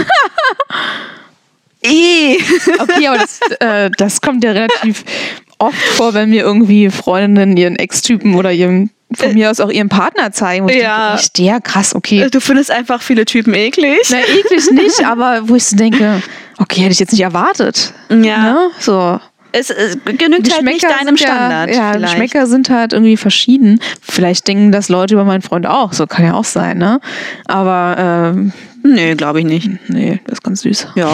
Okay, aber das, äh, das kommt ja relativ oft vor, wenn mir irgendwie Freundinnen ihren Ex-Typen oder ihren von mir aus auch ihren Partner zeigen. Wo ich ja. denke, echt der, krass, okay. Du findest einfach viele Typen eklig. Na, eklig nicht, aber wo ich so denke, okay, hätte ich jetzt nicht erwartet. Ja. Ne? So. Es, es genügt Die halt nicht deinem Standard. Ja, ja Geschmäcker sind halt irgendwie verschieden. Vielleicht denken das Leute über meinen Freund auch. So kann ja auch sein, ne? Aber ähm, nee, glaube ich nicht. Nee, das ist ganz süß. Ja.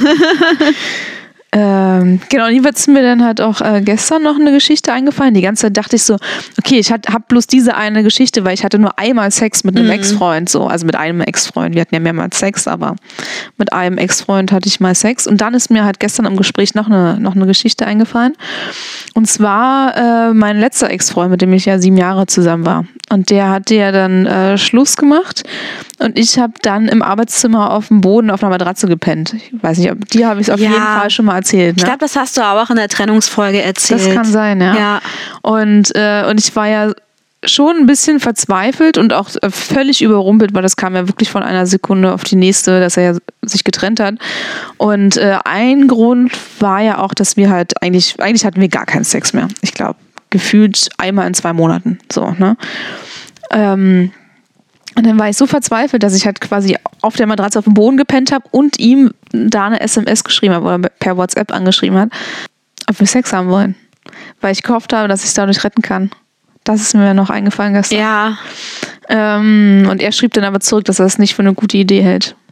Ähm, genau, und jedenfalls ist mir dann halt auch äh, gestern noch eine Geschichte eingefallen. Die ganze Zeit dachte ich so, okay, ich habe bloß diese eine Geschichte, weil ich hatte nur einmal Sex mit einem mhm. Ex-Freund, so, also mit einem Ex-Freund. Wir hatten ja mehrmals Sex, aber mit einem Ex-Freund hatte ich mal Sex. Und dann ist mir halt gestern im Gespräch noch eine, noch eine Geschichte eingefallen. Und zwar äh, mein letzter Ex-Freund, mit dem ich ja sieben Jahre zusammen war. Und der hatte ja dann äh, Schluss gemacht. Und ich habe dann im Arbeitszimmer auf dem Boden auf einer Matratze gepennt. Ich weiß nicht, ob dir habe ich es auf ja. jeden Fall schon mal erzählt. Ne? Ich glaube, das hast du aber auch in der Trennungsfolge erzählt. Das kann sein, ja. ja. Und, äh, und ich war ja schon ein bisschen verzweifelt und auch völlig überrumpelt, weil das kam ja wirklich von einer Sekunde auf die nächste, dass er ja sich getrennt hat. Und äh, ein Grund war ja auch, dass wir halt eigentlich, eigentlich hatten wir gar keinen Sex mehr. Ich glaube, gefühlt einmal in zwei Monaten. So, ne? Ähm, und dann war ich so verzweifelt, dass ich halt quasi auf der Matratze auf dem Boden gepennt habe und ihm da eine S M S geschrieben habe oder per WhatsApp angeschrieben hat, ob wir Sex haben wollen. Weil ich gehofft habe, dass ich es dadurch retten kann. Das ist mir noch eingefallen gestern. Ja. Ähm, und er schrieb dann aber zurück, dass er es nicht für eine gute Idee hält.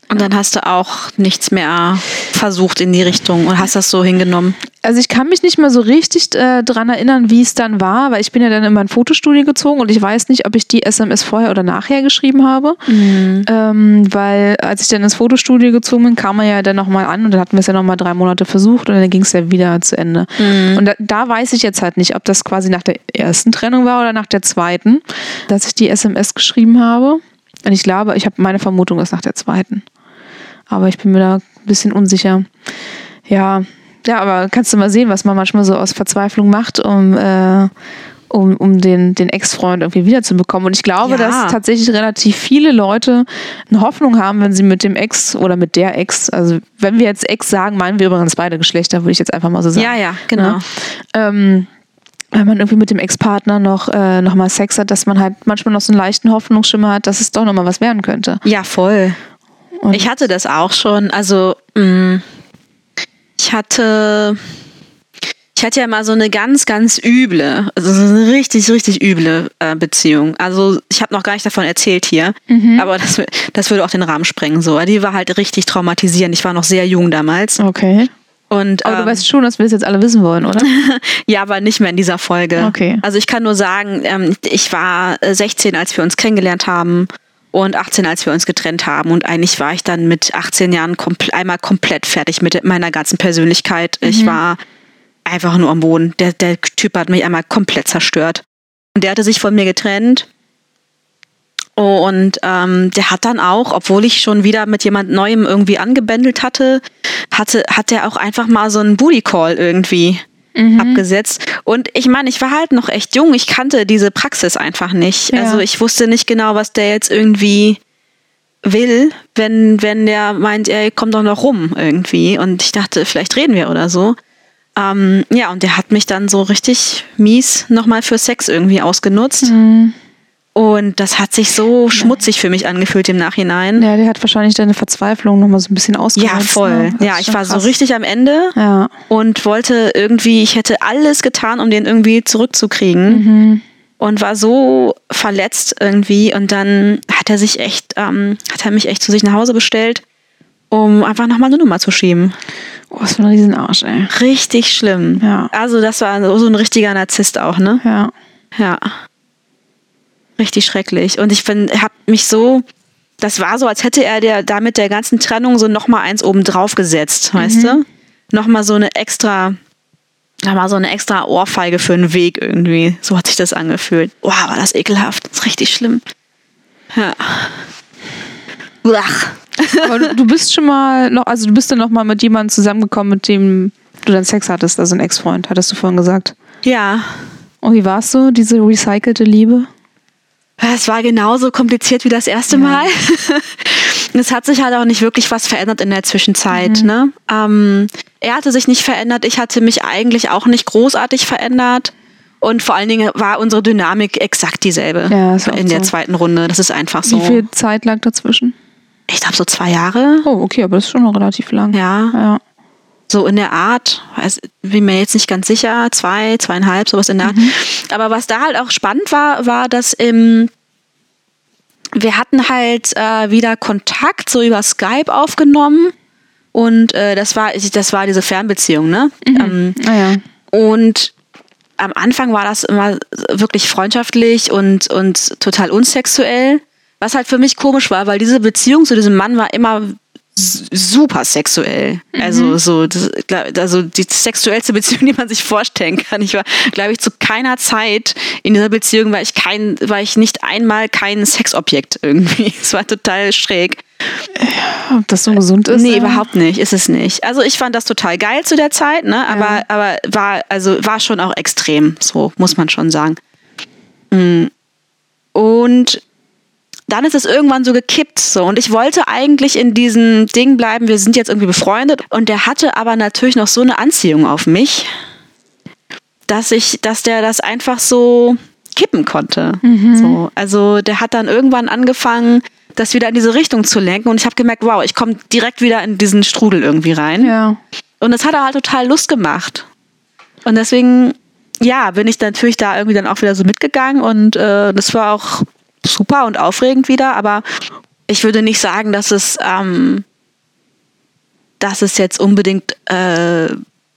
Und dann hast du auch nichts mehr versucht in die Richtung und hast das so hingenommen? Also ich kann mich nicht mehr so richtig äh, dran erinnern, wie es dann war, weil ich bin ja dann in mein Fotostudio gezogen und ich weiß nicht, ob ich die S M S vorher oder nachher geschrieben habe. Mhm. Ähm, weil als ich dann ins Fotostudio gezogen bin, kam er ja dann nochmal an und dann hatten wir es ja nochmal drei Monate versucht und dann ging es ja wieder zu Ende. Mhm. Und da, da weiß ich jetzt halt nicht, ob das quasi nach der ersten Trennung war oder nach der zweiten, dass ich die S M S geschrieben habe. Und ich glaube, ich habe meine Vermutung ist nach der zweiten. Aber ich bin mir da ein bisschen unsicher. Ja, ja, aber kannst du mal sehen, was man manchmal so aus Verzweiflung macht, um, äh, um, um den, den Ex-Freund irgendwie wiederzubekommen. Und ich glaube, ja. dass tatsächlich relativ viele Leute eine Hoffnung haben, wenn sie mit dem Ex oder mit der Ex, also wenn wir jetzt Ex sagen, meinen wir übrigens beide Geschlechter, würde ich jetzt einfach mal so sagen. Ja, ja, genau. Ja? Ähm, wenn man irgendwie mit dem Ex-Partner noch, äh, noch mal Sex hat, dass man halt manchmal noch so einen leichten Hoffnungsschimmer hat, dass es doch noch mal was werden könnte. Ja, voll. Und ich hatte das auch schon, also mh, ich hatte ich hatte ja mal so eine ganz, ganz üble, also so eine richtig, richtig üble äh, Beziehung. Also ich habe noch gar nicht davon erzählt hier, mhm. aber das, das würde auch den Rahmen sprengen. So. Die war halt richtig traumatisierend. Ich war noch sehr jung damals. Okay. Und, aber ähm, du weißt schon, dass wir das jetzt alle wissen wollen, oder? Ja, aber nicht mehr in dieser Folge. Okay. Also ich kann nur sagen, ähm, ich war sechzehn, als wir uns kennengelernt haben. Und achtzehn, als wir uns getrennt haben. Und eigentlich war ich dann mit achtzehn Jahren kompl- einmal komplett fertig mit meiner ganzen Persönlichkeit. Mhm. Ich war einfach nur am Boden. Der, der Typ hat mich einmal komplett zerstört. Und der hatte sich von mir getrennt. Und ähm, der hat dann auch, obwohl ich schon wieder mit jemand Neuem irgendwie angebändelt hatte, hatte, hat der auch einfach mal so einen Booty-Call irgendwie Mhm. abgesetzt. Und ich meine, ich war halt noch echt jung. Ich kannte diese Praxis einfach nicht. Ja. Also ich wusste nicht genau, was der jetzt irgendwie will, wenn, wenn der meint, ey, komm doch noch rum irgendwie. Und ich dachte, vielleicht reden wir oder so. Ähm, ja, und der hat mich dann so richtig mies nochmal für Sex irgendwie ausgenutzt. Mhm. Und das hat sich so schmutzig für mich angefühlt im Nachhinein. Ja, der hat wahrscheinlich deine Verzweiflung nochmal so ein bisschen ausgenutzt. Ja, voll. Ne? Ja, ich war krass. So richtig am Ende ja. und wollte irgendwie, ich hätte alles getan, um den irgendwie zurückzukriegen. Mhm. Und war so verletzt irgendwie. Und dann hat er sich echt, ähm, hat er mich echt zu sich nach Hause bestellt, um einfach nochmal eine Nummer zu schieben. Oh, was für ein Riesenarsch, ey. Richtig schlimm. Ja. Also das war so ein richtiger Narzisst auch, ne? Ja. Ja. Richtig schrecklich. Und ich habe mich so, das war so, als hätte er der da mit der ganzen Trennung so nochmal eins oben drauf gesetzt, mhm. weißt du? Nochmal so eine extra, nochmal so eine extra Ohrfeige für einen Weg irgendwie. So hat sich das angefühlt. Wow, war das ekelhaft. Das ist richtig schlimm. Ja. Blach. Aber du, du bist schon mal noch, also du bist dann noch mal mit jemandem zusammengekommen, mit dem du dann Sex hattest, also ein Ex-Freund, hattest du vorhin gesagt. Ja. Und wie war es so, diese recycelte Liebe? Es war genauso kompliziert wie das erste ja. Mal. Es hat sich halt auch nicht wirklich was verändert in der Zwischenzeit. Mhm. Ne? Ähm, er hatte sich nicht verändert, ich hatte mich eigentlich auch nicht großartig verändert. Und vor allen Dingen war unsere Dynamik exakt dieselbe ja, in der so. zweiten Runde. Das ist einfach so. Wie viel Zeit lag dazwischen? Ich glaube so zwei Jahre. Oh, okay, aber das ist schon noch relativ lang. Ja. ja. So in der Art, weiß, bin mir jetzt nicht ganz sicher, zwei, zweieinhalb, sowas in der Art. Mhm. Aber was da halt auch spannend war, war, dass im, wir hatten halt äh, wieder Kontakt so über Skype aufgenommen und äh, das war, das war diese Fernbeziehung, ne? Mhm. Ähm, ah, ja. Und am Anfang war das immer wirklich freundschaftlich und, und total unsexuell, was halt für mich komisch war, weil diese Beziehung zu diesem Mann war immer super sexuell. Mhm. Also so, das, also die sexuellste Beziehung, die man sich vorstellen kann. Ich war, glaube ich, zu keiner Zeit in dieser Beziehung, war ich kein, war ich nicht einmal kein Sexobjekt irgendwie. Es war total schräg. Ob das so gesund ist? Nee, ja. überhaupt nicht. Ist es nicht. Also ich fand das total geil zu der Zeit, ne? Aber, ja. aber war, also war schon auch extrem. So muss man schon sagen. Und dann ist es irgendwann so gekippt. So. Und ich wollte eigentlich in diesem Ding bleiben, wir sind jetzt irgendwie befreundet. Und der hatte aber natürlich noch so eine Anziehung auf mich, dass ich, dass der das einfach so kippen konnte. Mhm. So. Also der hat dann irgendwann angefangen, das wieder in diese Richtung zu lenken. Und ich habe gemerkt, wow, ich komme direkt wieder in diesen Strudel irgendwie rein. Ja. Und das hat er halt total Lust gemacht. Und deswegen, ja, bin ich natürlich da irgendwie dann auch wieder so mitgegangen. Und äh, das war auch super und aufregend wieder, aber ich würde nicht sagen, dass es, ähm, dass es jetzt unbedingt äh,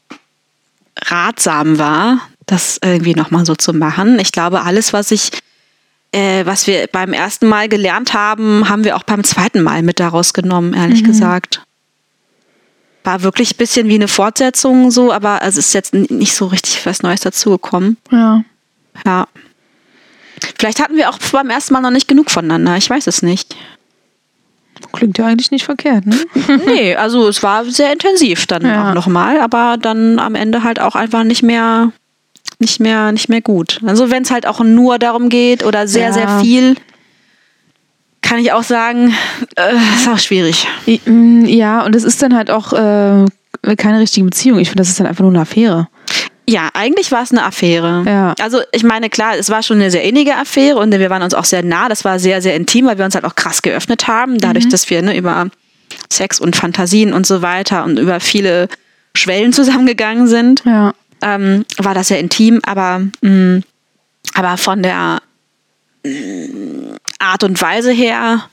ratsam war, das irgendwie nochmal so zu machen. Ich glaube, alles, was ich, äh, was wir beim ersten Mal gelernt haben, haben wir auch beim zweiten Mal mit daraus genommen, ehrlich mhm. gesagt. War wirklich ein bisschen wie eine Fortsetzung so, aber es ist jetzt nicht so richtig was Neues dazugekommen. Ja. Ja. Vielleicht hatten wir auch beim ersten Mal noch nicht genug voneinander, ich weiß es nicht. Klingt ja eigentlich nicht verkehrt, ne? Nee, also es war sehr intensiv dann ja. auch nochmal, aber dann am Ende halt auch einfach nicht mehr, nicht mehr, nicht mehr gut. Also wenn es halt auch nur darum geht oder sehr, ja. sehr viel, kann ich auch sagen, äh, ist auch schwierig. Ja, und es ist dann halt auch äh, keine richtige Beziehung. Ich finde, das ist dann einfach nur eine Affäre. Ja, eigentlich war es eine Affäre. Ja. Also ich meine, klar, es war schon eine sehr innige Affäre und wir waren uns auch sehr nah. Das war sehr, sehr intim, weil wir uns halt auch krass geöffnet haben. Dadurch, mhm. dass wir ne, über Sex und Fantasien und so weiter und über viele Schwellen zusammengegangen sind, ja. ähm, war das sehr intim. Aber, mh, aber von der mh, Art und Weise her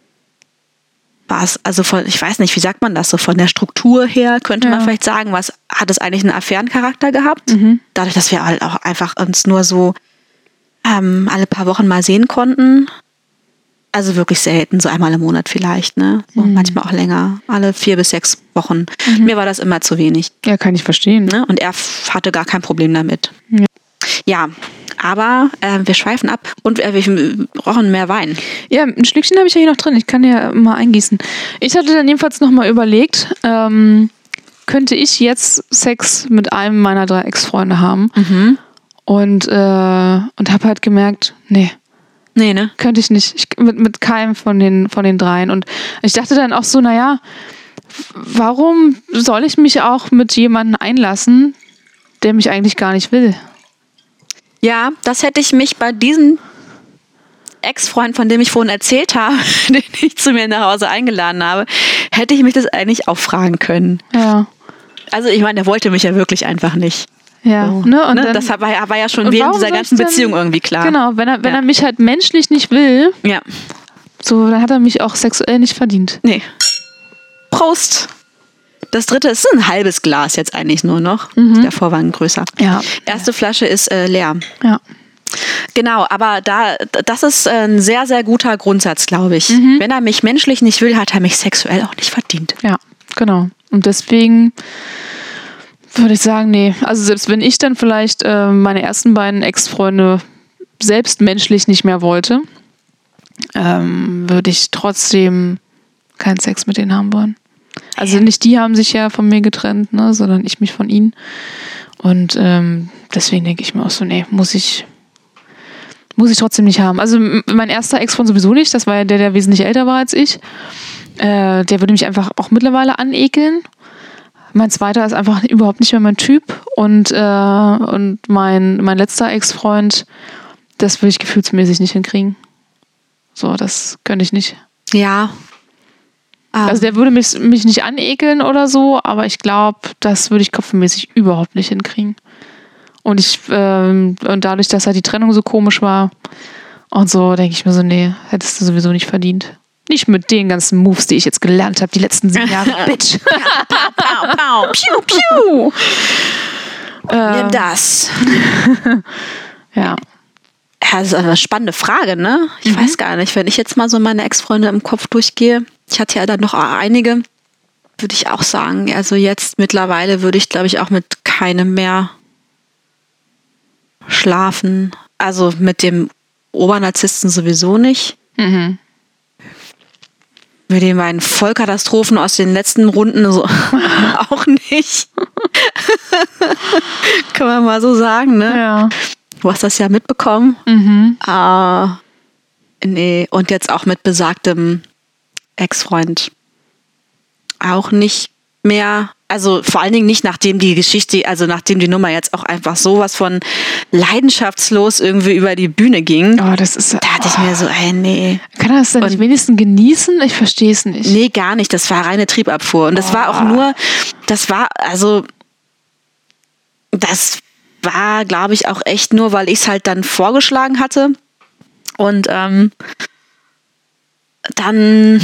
war es, also von, ich weiß nicht, wie sagt man das so, von der Struktur her könnte ja. man vielleicht sagen, was hat es eigentlich einen Affärencharakter gehabt? Mhm. Dadurch, dass wir halt auch einfach uns nur so ähm, alle paar Wochen mal sehen konnten. Also wirklich selten, so einmal im Monat vielleicht, ne? So mhm. manchmal auch länger, alle vier bis sechs Wochen. Mhm. Mir war das immer zu wenig. Ja, kann ich verstehen. Ne? Und er f- hatte gar kein Problem damit. Ja. Ja, aber äh, wir schweifen ab und äh, wir brauchen mehr Wein. Ja, ein Schlückchen habe ich ja hier noch drin. Ich kann ja mal eingießen. Ich hatte dann jedenfalls noch mal überlegt, ähm, könnte ich jetzt Sex mit einem meiner drei Ex-Freunde haben? Mhm. Und, äh, und habe halt gemerkt, nee. Nee, ne? Könnte ich nicht. Ich, mit, mit keinem von den, von den dreien. Und ich dachte dann auch so, naja, warum soll ich mich auch mit jemandem einlassen, der mich eigentlich gar nicht will? Ja, das hätte ich mich bei diesem Ex-Freund, von dem ich vorhin erzählt habe, den ich zu mir nach Hause eingeladen habe, hätte ich mich das eigentlich auch fragen können. Ja. Also ich meine, der wollte mich ja wirklich einfach nicht. Ja, so, ne? Und ne? dann, das war ja, war ja schon während dieser ganzen dann, Beziehung irgendwie klar. Genau, wenn er, wenn ja. er mich halt menschlich nicht will, ja. so, dann hat er mich auch sexuell nicht verdient. Nee. Prost! Das dritte ist ein halbes Glas jetzt eigentlich nur noch. Mhm. Davor war ein größer. Ja. Erste Flasche ist äh, leer. Ja. Genau, aber da, das ist ein sehr, sehr guter Grundsatz, glaube ich. Mhm. Wenn er mich menschlich nicht will, hat er mich sexuell auch nicht verdient. Ja, genau. Und deswegen würde ich sagen, nee. Also selbst wenn ich dann vielleicht äh, meine ersten beiden Ex-Freunde selbst menschlich nicht mehr wollte, ähm, würde ich trotzdem keinen Sex mit denen haben wollen. Also nicht die haben sich ja von mir getrennt, ne, sondern ich mich von ihnen. Und ähm, deswegen denke ich mir auch so, nee, muss ich, muss ich trotzdem nicht haben. Also mein erster Ex-Freund sowieso nicht, das war ja der, der wesentlich älter war als ich. Äh, der würde mich einfach auch mittlerweile anekeln. Mein zweiter ist einfach überhaupt nicht mehr mein Typ. Und, äh, und mein, mein letzter Ex-Freund, das würde ich gefühlsmäßig nicht hinkriegen. So, das könnte ich nicht. Ja. Also der würde mich, mich nicht anekeln oder so, aber ich glaube, das würde ich kopfmäßig überhaupt nicht hinkriegen. Und ich ähm, und dadurch, dass halt die Trennung so komisch war und so, denke ich mir so, nee, hättest du sowieso nicht verdient. Nicht mit den ganzen Moves, die ich jetzt gelernt habe, die letzten sieben Jahre, Bitch. Pow, pow, pow, piu, piu. Ähm, Nimm das. Ja. Das ist eine spannende Frage, ne? Ich mhm. weiß gar nicht, wenn ich jetzt mal so meine Ex-Freunde im Kopf durchgehe, ich hatte ja dann noch einige, würde ich auch sagen, also jetzt mittlerweile würde ich, glaube ich, auch mit keinem mehr schlafen. Also mit dem Obernarzissten sowieso nicht. Mhm. Mit den beiden Vollkatastrophen aus den letzten Runden so auch nicht. Kann man mal so sagen, ne? Ja. Du hast das ja mitbekommen. Mhm. Äh, nee, und jetzt auch mit besagtem Ex-Freund auch nicht mehr. Also vor allen Dingen nicht, nachdem die Geschichte, also nachdem die Nummer jetzt auch einfach sowas von leidenschaftslos irgendwie über die Bühne ging. Oh, das ist, da hatte ich mir so, ey, nee. Kann er das dann nicht wenigstens genießen? Ich verstehe es nicht. Nee, gar nicht. Das war reine Triebabfuhr. Und das oh. war auch nur, das war, also, das war, glaube ich, auch echt nur, weil ich es halt dann vorgeschlagen hatte. Und, ähm, dann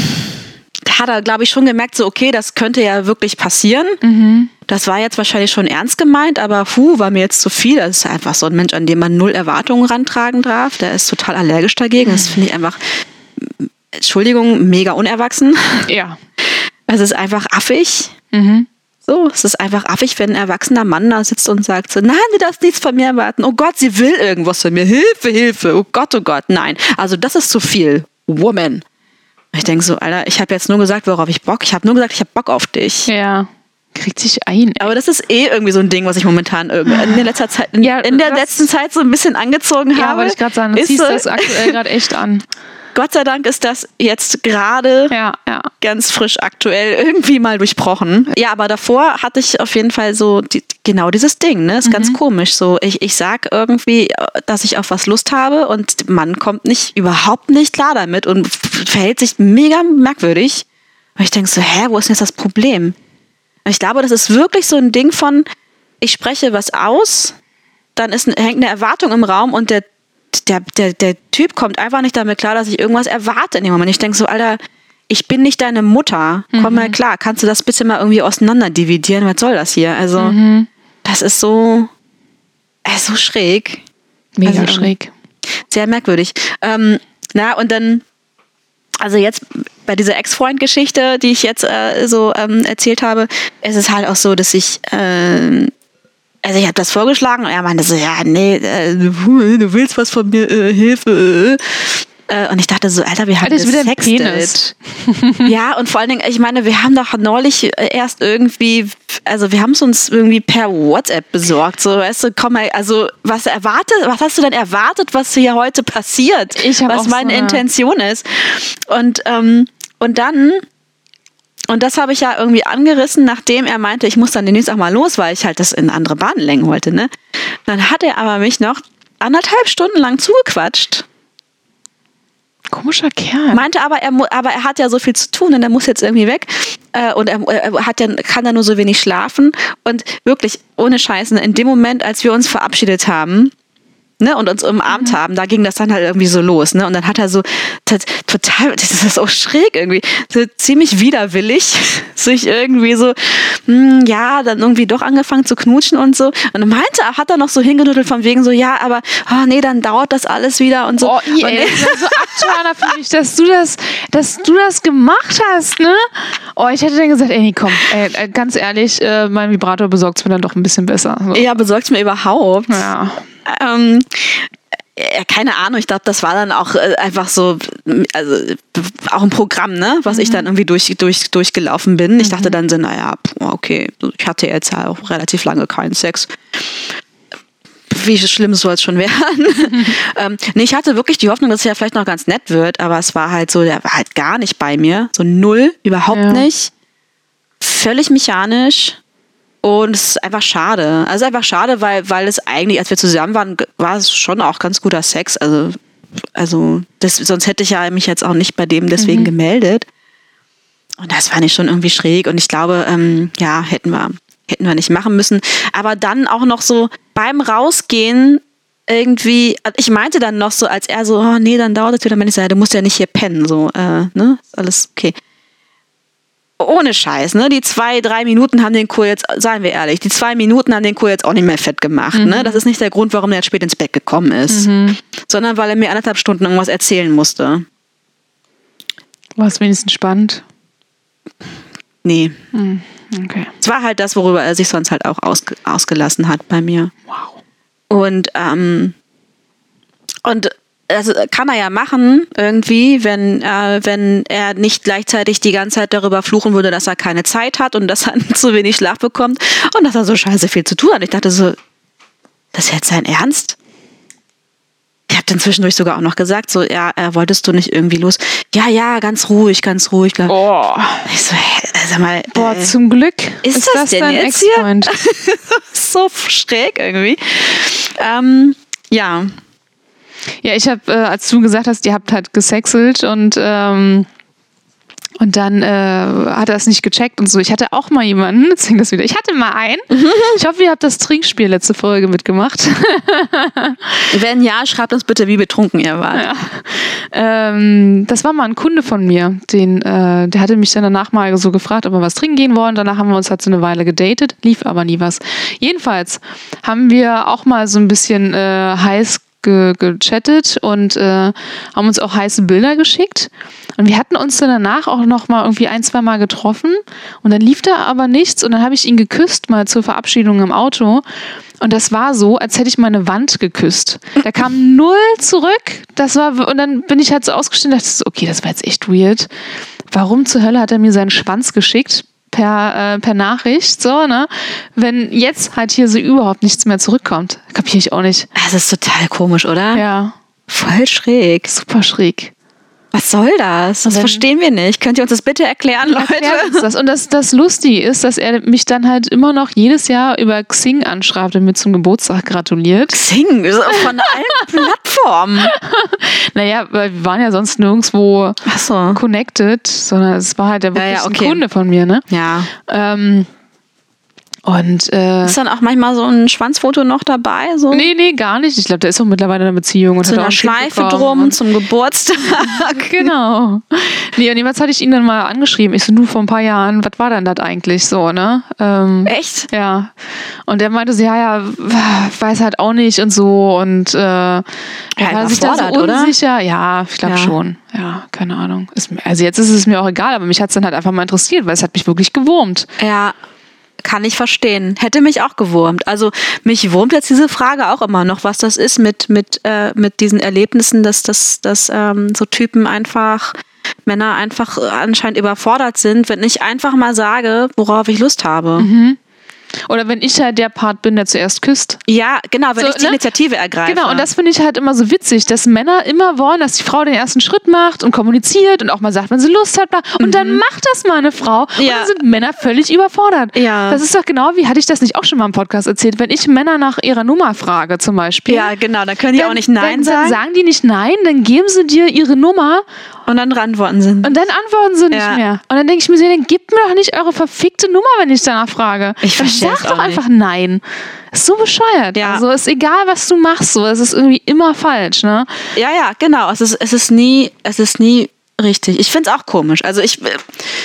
hat er, glaube ich, schon gemerkt, so okay, das könnte ja wirklich passieren. Mhm. Das war jetzt wahrscheinlich schon ernst gemeint, aber puh, war mir jetzt zu viel. Das ist einfach so ein Mensch, an dem man null Erwartungen rantragen darf. Der ist total allergisch dagegen. Das finde ich einfach, Entschuldigung, mega unerwachsen. Ja. Es ist einfach affig. Mhm. So, es ist einfach affig, wenn ein erwachsener Mann da sitzt und sagt so, nein, du darfst nichts von mir erwarten. Oh Gott, sie will irgendwas von mir. Hilfe, Hilfe. Oh Gott, oh Gott, nein. Also das ist zu viel. Woman. Ich denke so, Alter, ich habe jetzt nur gesagt, worauf ich Bock. Ich habe nur gesagt, ich habe Bock auf dich. Ja. Kriegt sich ein. Aber das ist eh irgendwie so ein Ding, was ich momentan irgendwie in der letzter Zeit, in, Ja, in der das- letzten Zeit so ein bisschen angezogen Ja, habe. wollte ich gerade sagen, du ist ziehst so- das aktuell gerade echt an. Gott sei Dank ist das jetzt gerade Ja, ja. ganz frisch aktuell irgendwie mal durchbrochen. Ja, aber davor hatte ich auf jeden Fall so die, genau dieses Ding, ne? Ist ganz komisch. So, ich, ich sag irgendwie, dass ich auf was Lust habe und man kommt nicht, überhaupt nicht klar damit und verhält sich mega merkwürdig. Und ich denke so, hä, wo ist denn jetzt das Problem? Und ich glaube, das ist wirklich so ein Ding von, ich spreche was aus, dann ist, hängt eine Erwartung im Raum und der Der, der, der Typ kommt einfach nicht damit klar, dass ich irgendwas erwarte in dem Moment. Ich denke so, Alter, ich bin nicht deine Mutter. Komm mal klar, kannst du das bitte mal irgendwie auseinander dividieren? Was soll das hier? Also, Mhm. das ist so, äh, so schräg. Mega Also, schräg. Sehr merkwürdig. Ähm, na, und dann, also jetzt bei dieser Ex-Freund-Geschichte, die ich jetzt äh, so ähm, erzählt habe, ist es halt auch so, dass ich, ähm, also ich habe das vorgeschlagen und er meinte so, ja, nee, äh, du willst was von mir, äh, Hilfe. Äh. Und ich dachte so, Alter, wir haben Alter, ist wieder ein Penis. Ja, und vor allen Dingen, ich meine, wir haben doch neulich erst irgendwie, also wir haben es uns irgendwie per WhatsApp besorgt. So, weißt du, komm mal, also was erwartet, was hast du denn erwartet, was hier heute passiert? Ich hab was auch meine so eine- Intention ist. Und, ähm, und dann, und das habe ich ja irgendwie angerissen, nachdem er meinte, ich muss dann demnächst auch mal los, weil ich halt das in andere Bahnen lenken wollte, ne? Dann hat er aber mich noch anderthalb Stunden lang zugequatscht. Komischer Kerl. Meinte aber, er, mu- aber er hat ja so viel zu tun und er muss jetzt irgendwie weg. Äh, und er, er hat ja, kann ja nur so wenig schlafen. Und wirklich, ohne Scheißen, in dem Moment, als wir uns verabschiedet haben, ne, und uns umarmt haben, da ging das dann halt irgendwie so los, ne? Und dann hat er so t- total, das ist so schräg irgendwie, so ziemlich widerwillig sich irgendwie so, mh, ja, dann irgendwie doch angefangen zu knutschen und so. Und dann meinte er, hat er noch so hingenuddelt von wegen so, ja, aber, oh nee, dann dauert das alles wieder und so. Oh, und ey, das ist so abturner für mich, dass du das, dass du das gemacht hast, ne? Oh, ich hätte dann gesagt, ey, nee, komm, ey, äh, ganz ehrlich, äh, mein Vibrator besorgt es mir dann doch ein bisschen besser. So. ja, besorgt mir überhaupt. Ja. Ähm, ja, keine Ahnung, ich glaube, das war dann auch äh, einfach so, also auch ein Programm, ne, was ich dann irgendwie durch, durch, durchgelaufen bin. Ich dachte dann so, naja, okay, ich hatte jetzt ja auch relativ lange keinen Sex. Wie schlimm soll es schon werden? ähm, nee, ich hatte wirklich die Hoffnung, dass es ja vielleicht noch ganz nett wird, aber es war halt so, der war halt gar nicht bei mir. So null, überhaupt Ja. nicht. Völlig mechanisch. Und es ist einfach schade. Also einfach schade, weil, weil es eigentlich, als wir zusammen waren, war es schon auch ganz guter Sex. Also, also das, sonst hätte ich ja mich jetzt auch nicht bei dem deswegen gemeldet. Und das fand ich schon irgendwie schräg. Und ich glaube, ähm, ja, hätten wir, hätten wir nicht machen müssen. Aber dann auch noch so beim Rausgehen irgendwie, ich meinte dann noch so, als er so, oh nee, dann dauert es wieder, wenn ich sage, du musst ja nicht hier pennen. So, äh, ne, ist alles okay. Ohne Scheiß, ne? Die zwei, drei Minuten haben den Kur jetzt, seien wir ehrlich, die zwei Minuten haben den Kur jetzt auch nicht mehr fett gemacht, ne? Das ist nicht der Grund, warum er jetzt spät ins Bett gekommen ist. Sondern weil er mir anderthalb Stunden irgendwas erzählen musste. War es wenigstens spannend? Nee. Okay. Es war halt das, worüber er sich sonst halt auch ausge ausgelassen hat bei mir. Wow. Und, ähm, und das kann er ja machen, irgendwie, wenn, äh, wenn er nicht gleichzeitig die ganze Zeit darüber fluchen würde, dass er keine Zeit hat und dass er zu wenig Schlaf bekommt und dass er so scheiße viel zu tun hat. Ich dachte so, das ist jetzt sein Ernst? Ich habe dann zwischendurch sogar auch noch gesagt, so, ja, äh, wolltest du nicht irgendwie los? Ja, ja, ganz ruhig, ganz ruhig. Glaub. Oh. Ich so, hä, sag mal, Boah, äh, zum Glück ist ist, das das denn dein jetzt hier? Ex-Freund. so schräg irgendwie. Ähm, ja. Ja, ich habe, äh, als du gesagt hast, ihr habt halt gesexelt und ähm, Und dann äh, hat er es nicht gecheckt und so. Ich hatte auch mal jemanden, jetzt hängt das wieder, ich hatte mal einen. Ich hoffe, ihr habt das Trinkspiel letzte Folge mitgemacht. Wenn ja, schreibt uns bitte, wie betrunken ihr wart. Ja. Ähm, das war mal ein Kunde von mir, den, äh, der hatte mich dann danach mal so gefragt, ob wir was trinken gehen wollen. Danach haben wir uns halt so eine Weile gedatet, lief aber nie was. Jedenfalls haben wir auch mal so ein bisschen äh, heiß ge- gechattet und äh, haben uns auch heiße Bilder geschickt. Und wir hatten uns dann danach auch noch mal irgendwie ein, zwei Mal getroffen und dann lief da aber nichts und dann habe ich ihn geküsst, mal zur Verabschiedung im Auto. Und das war so, als hätte ich meine Wand geküsst. Da kam null zurück. Das war, und dann bin ich halt so ausgestiegen und dachte so, okay, das war jetzt echt weird. Warum zur Hölle hat er mir seinen Schwanz geschickt? Per, äh, per Nachricht, so, ne? Wenn jetzt halt hier so überhaupt nichts mehr zurückkommt. Kapiere ich auch nicht. Das ist total komisch, oder? Ja. Voll schräg. Super schräg. Was soll das? Das Wenn- verstehen wir nicht. Könnt ihr uns das bitte erklären, Leute? Erklärt uns das. Und das, das Lustige ist, dass er mich dann halt immer noch jedes Jahr über Xing anschreibt und mir zum Geburtstag gratuliert. Xing, so von allen Plattformen. Naja, weil wir waren ja sonst nirgendwo Ach so. connected, sondern es war halt der wirklich ja, okay. ein Kunde von mir, ne? Ja. Ähm, und äh, Ist dann auch manchmal so ein Schwanzfoto noch dabei? So nee, nee, gar nicht. Ich glaube, der ist auch mittlerweile in einer Beziehung und zu hat auch einer ein Kind Schleife bekommen drum und- zum Geburtstag. Genau. Nee, und jemals hatte ich ihn dann mal angeschrieben. Ich so, du, vor ein paar Jahren, was war denn das eigentlich so, ne? Ähm, Echt? Ja. Und er meinte so, ja, ja, weiß halt auch nicht und so. Und äh, er war sich da so überfordert, oder? unsicher. Ja, ich glaube Ja. schon. Ja, keine Ahnung. Ist, mir- also jetzt ist es mir auch egal, aber mich hat es dann halt einfach mal interessiert, weil es hat mich wirklich gewurmt. Ja, kann ich verstehen. Hätte mich auch gewurmt. Also mich wurmt jetzt diese Frage auch immer noch, was das ist mit, mit, äh, mit diesen Erlebnissen, dass, dass, dass ähm, so Typen einfach, Männer einfach äh, anscheinend überfordert sind, wenn ich einfach mal sage, worauf ich Lust habe. Oder wenn ich halt der Part bin, der zuerst küsst. Ja, genau, wenn So, ich die ne? Initiative ergreife. Genau, und das finde ich halt immer so witzig, dass Männer immer wollen, dass die Frau den ersten Schritt macht und kommuniziert und auch mal sagt, wenn sie Lust hat. bla. Und dann macht das mal eine Frau. Und Ja. dann sind Männer völlig überfordert. Ja. Das ist doch genau wie, hatte ich das nicht auch schon mal im Podcast erzählt, wenn ich Männer nach ihrer Nummer frage zum Beispiel. Ja, genau, dann können die dann, auch nicht Nein dann, sagen. Dann sagen die nicht Nein, dann geben sie dir ihre Nummer Und dann antworten sie. und dann antworten sie nicht Ja. mehr. Und dann denke ich mir so, dann gebt mir doch nicht eure verfickte Nummer, wenn ich danach frage. Ich dann verstehe sag es doch auch einfach Nein. Ist so bescheuert. Ja. Also ist egal, was du machst, so. Es ist irgendwie immer falsch, ne? Ja, ja, genau. Es ist, es ist nie, es ist nie richtig. Ich finde es auch komisch. Also ich äh,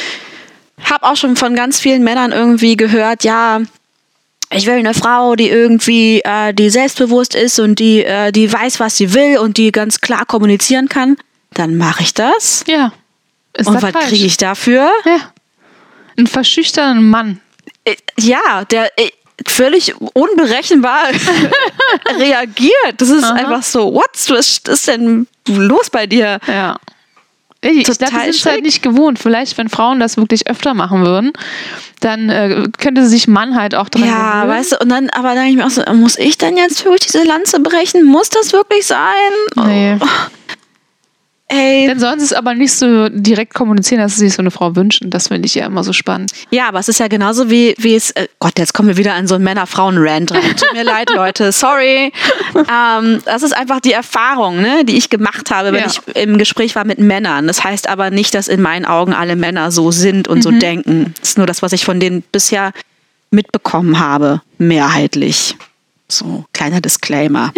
habe auch schon von ganz vielen Männern irgendwie gehört, ja, ich will eine Frau, die irgendwie, äh, die selbstbewusst ist und die, äh, die weiß, was sie will und die ganz klar kommunizieren kann. Dann mache ich das. Ja. Ist Und das was falsch? kriege ich dafür? Ja. Einen verschüchternden Mann. Äh, Ja, der äh, völlig unberechenbar reagiert. Das ist Aha. einfach so, what? Was ist denn los bei dir? Ja. Ich, ich glaube, Total die sind es halt schräg. nicht gewohnt. Vielleicht, wenn Frauen das wirklich öfter machen würden, dann äh, könnte sich Mann halt auch dran Ja, gewöhnen. weißt du, und dann, aber dann denke ich mir auch so, muss ich denn jetzt wirklich diese Lanze brechen? Muss das wirklich sein? Nee. Oh, ey. Dann sollen sie es aber nicht so direkt kommunizieren, dass sie sich so eine Frau wünschen. Das finde ich ja immer so spannend. Ja, aber es ist ja genauso wie, wie es, äh, Gott, jetzt kommen wir wieder an so einen Männer-Frauen-Rant rein. Tut mir leid, Leute, sorry. Ähm, das ist einfach die Erfahrung, ne, die ich gemacht habe, wenn Ja. ich im Gespräch war mit Männern. Das heißt aber nicht, dass in meinen Augen alle Männer so sind und so denken. Das ist nur das, was ich von denen bisher mitbekommen habe, mehrheitlich. So, kleiner Disclaimer.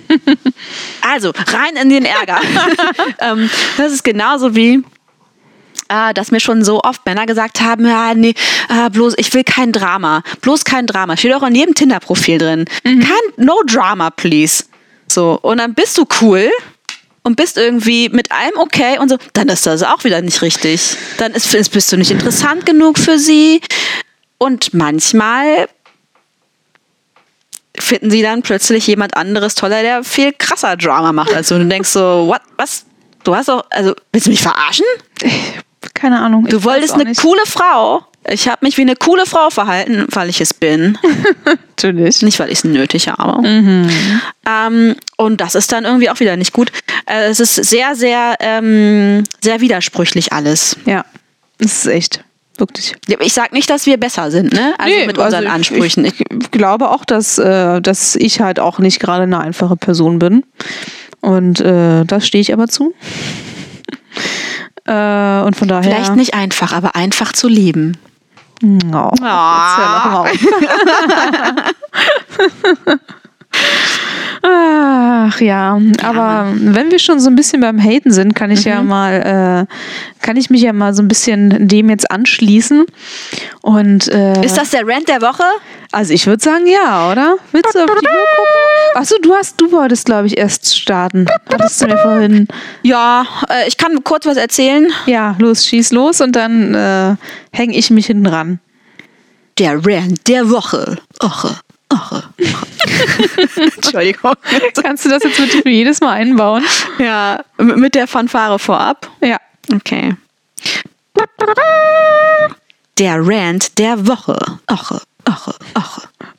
Also, rein in den Ärger. ähm, das ist genauso wie, äh, dass mir schon so oft Männer gesagt haben, ja, nee, äh, bloß, ich will kein Drama. Bloß kein Drama. Steht auch in jedem Tinder-Profil drin. Kein, no drama, please. So, und dann bist du cool und bist irgendwie mit allem okay und so, dann ist das auch wieder nicht richtig. Dann ist, ist, bist du nicht interessant genug für sie. Und manchmal finden sie dann plötzlich jemand anderes toller, der viel krasser Drama macht als du. Und du denkst so, what, was? Du hast doch, also, willst du mich verarschen? Keine Ahnung. Du wolltest eine coole Frau. Ich habe mich wie eine coole Frau verhalten, weil ich es bin. Natürlich. Nicht, weil ich es nötig habe. Ähm, und das ist dann irgendwie auch wieder nicht gut. Äh, es ist sehr, sehr, ähm, sehr widersprüchlich alles. Ja, das ist echt. Wirklich. Ich sag nicht, dass wir besser sind, ne? Also Nee, mit unseren also ich- Ansprüchen. Ich, ich glaube auch, dass, äh, dass ich halt auch nicht gerade eine einfache Person bin. Und äh, das stehe ich aber zu. Äh, und von daher. Vielleicht nicht einfach, aber einfach zu lieben. Oh, jetzt hör doch mal auf. Ach ja, aber wenn wir schon so ein bisschen beim Haten sind, kann ich mhm. ja mal, äh, kann ich mich ja mal so ein bisschen dem jetzt anschließen. Und äh, ist das der Rant der Woche? Also ich würde sagen, ja, oder? Willst du auf die Uhr gucken? Achso, du hast, du wolltest, glaube ich, erst starten. Hattest du mir vorhin. Ja, äh, ich kann kurz was erzählen. Ja, los, schieß los und dann äh, hänge ich mich hinten ran. Der Rant der Woche. Oche. Oche. Entschuldigung. Kannst du das jetzt bitte für jedes Mal einbauen? Ja, mit der Fanfare vorab? Ja. Okay. Der Rant der Woche. Oche, oche, oche.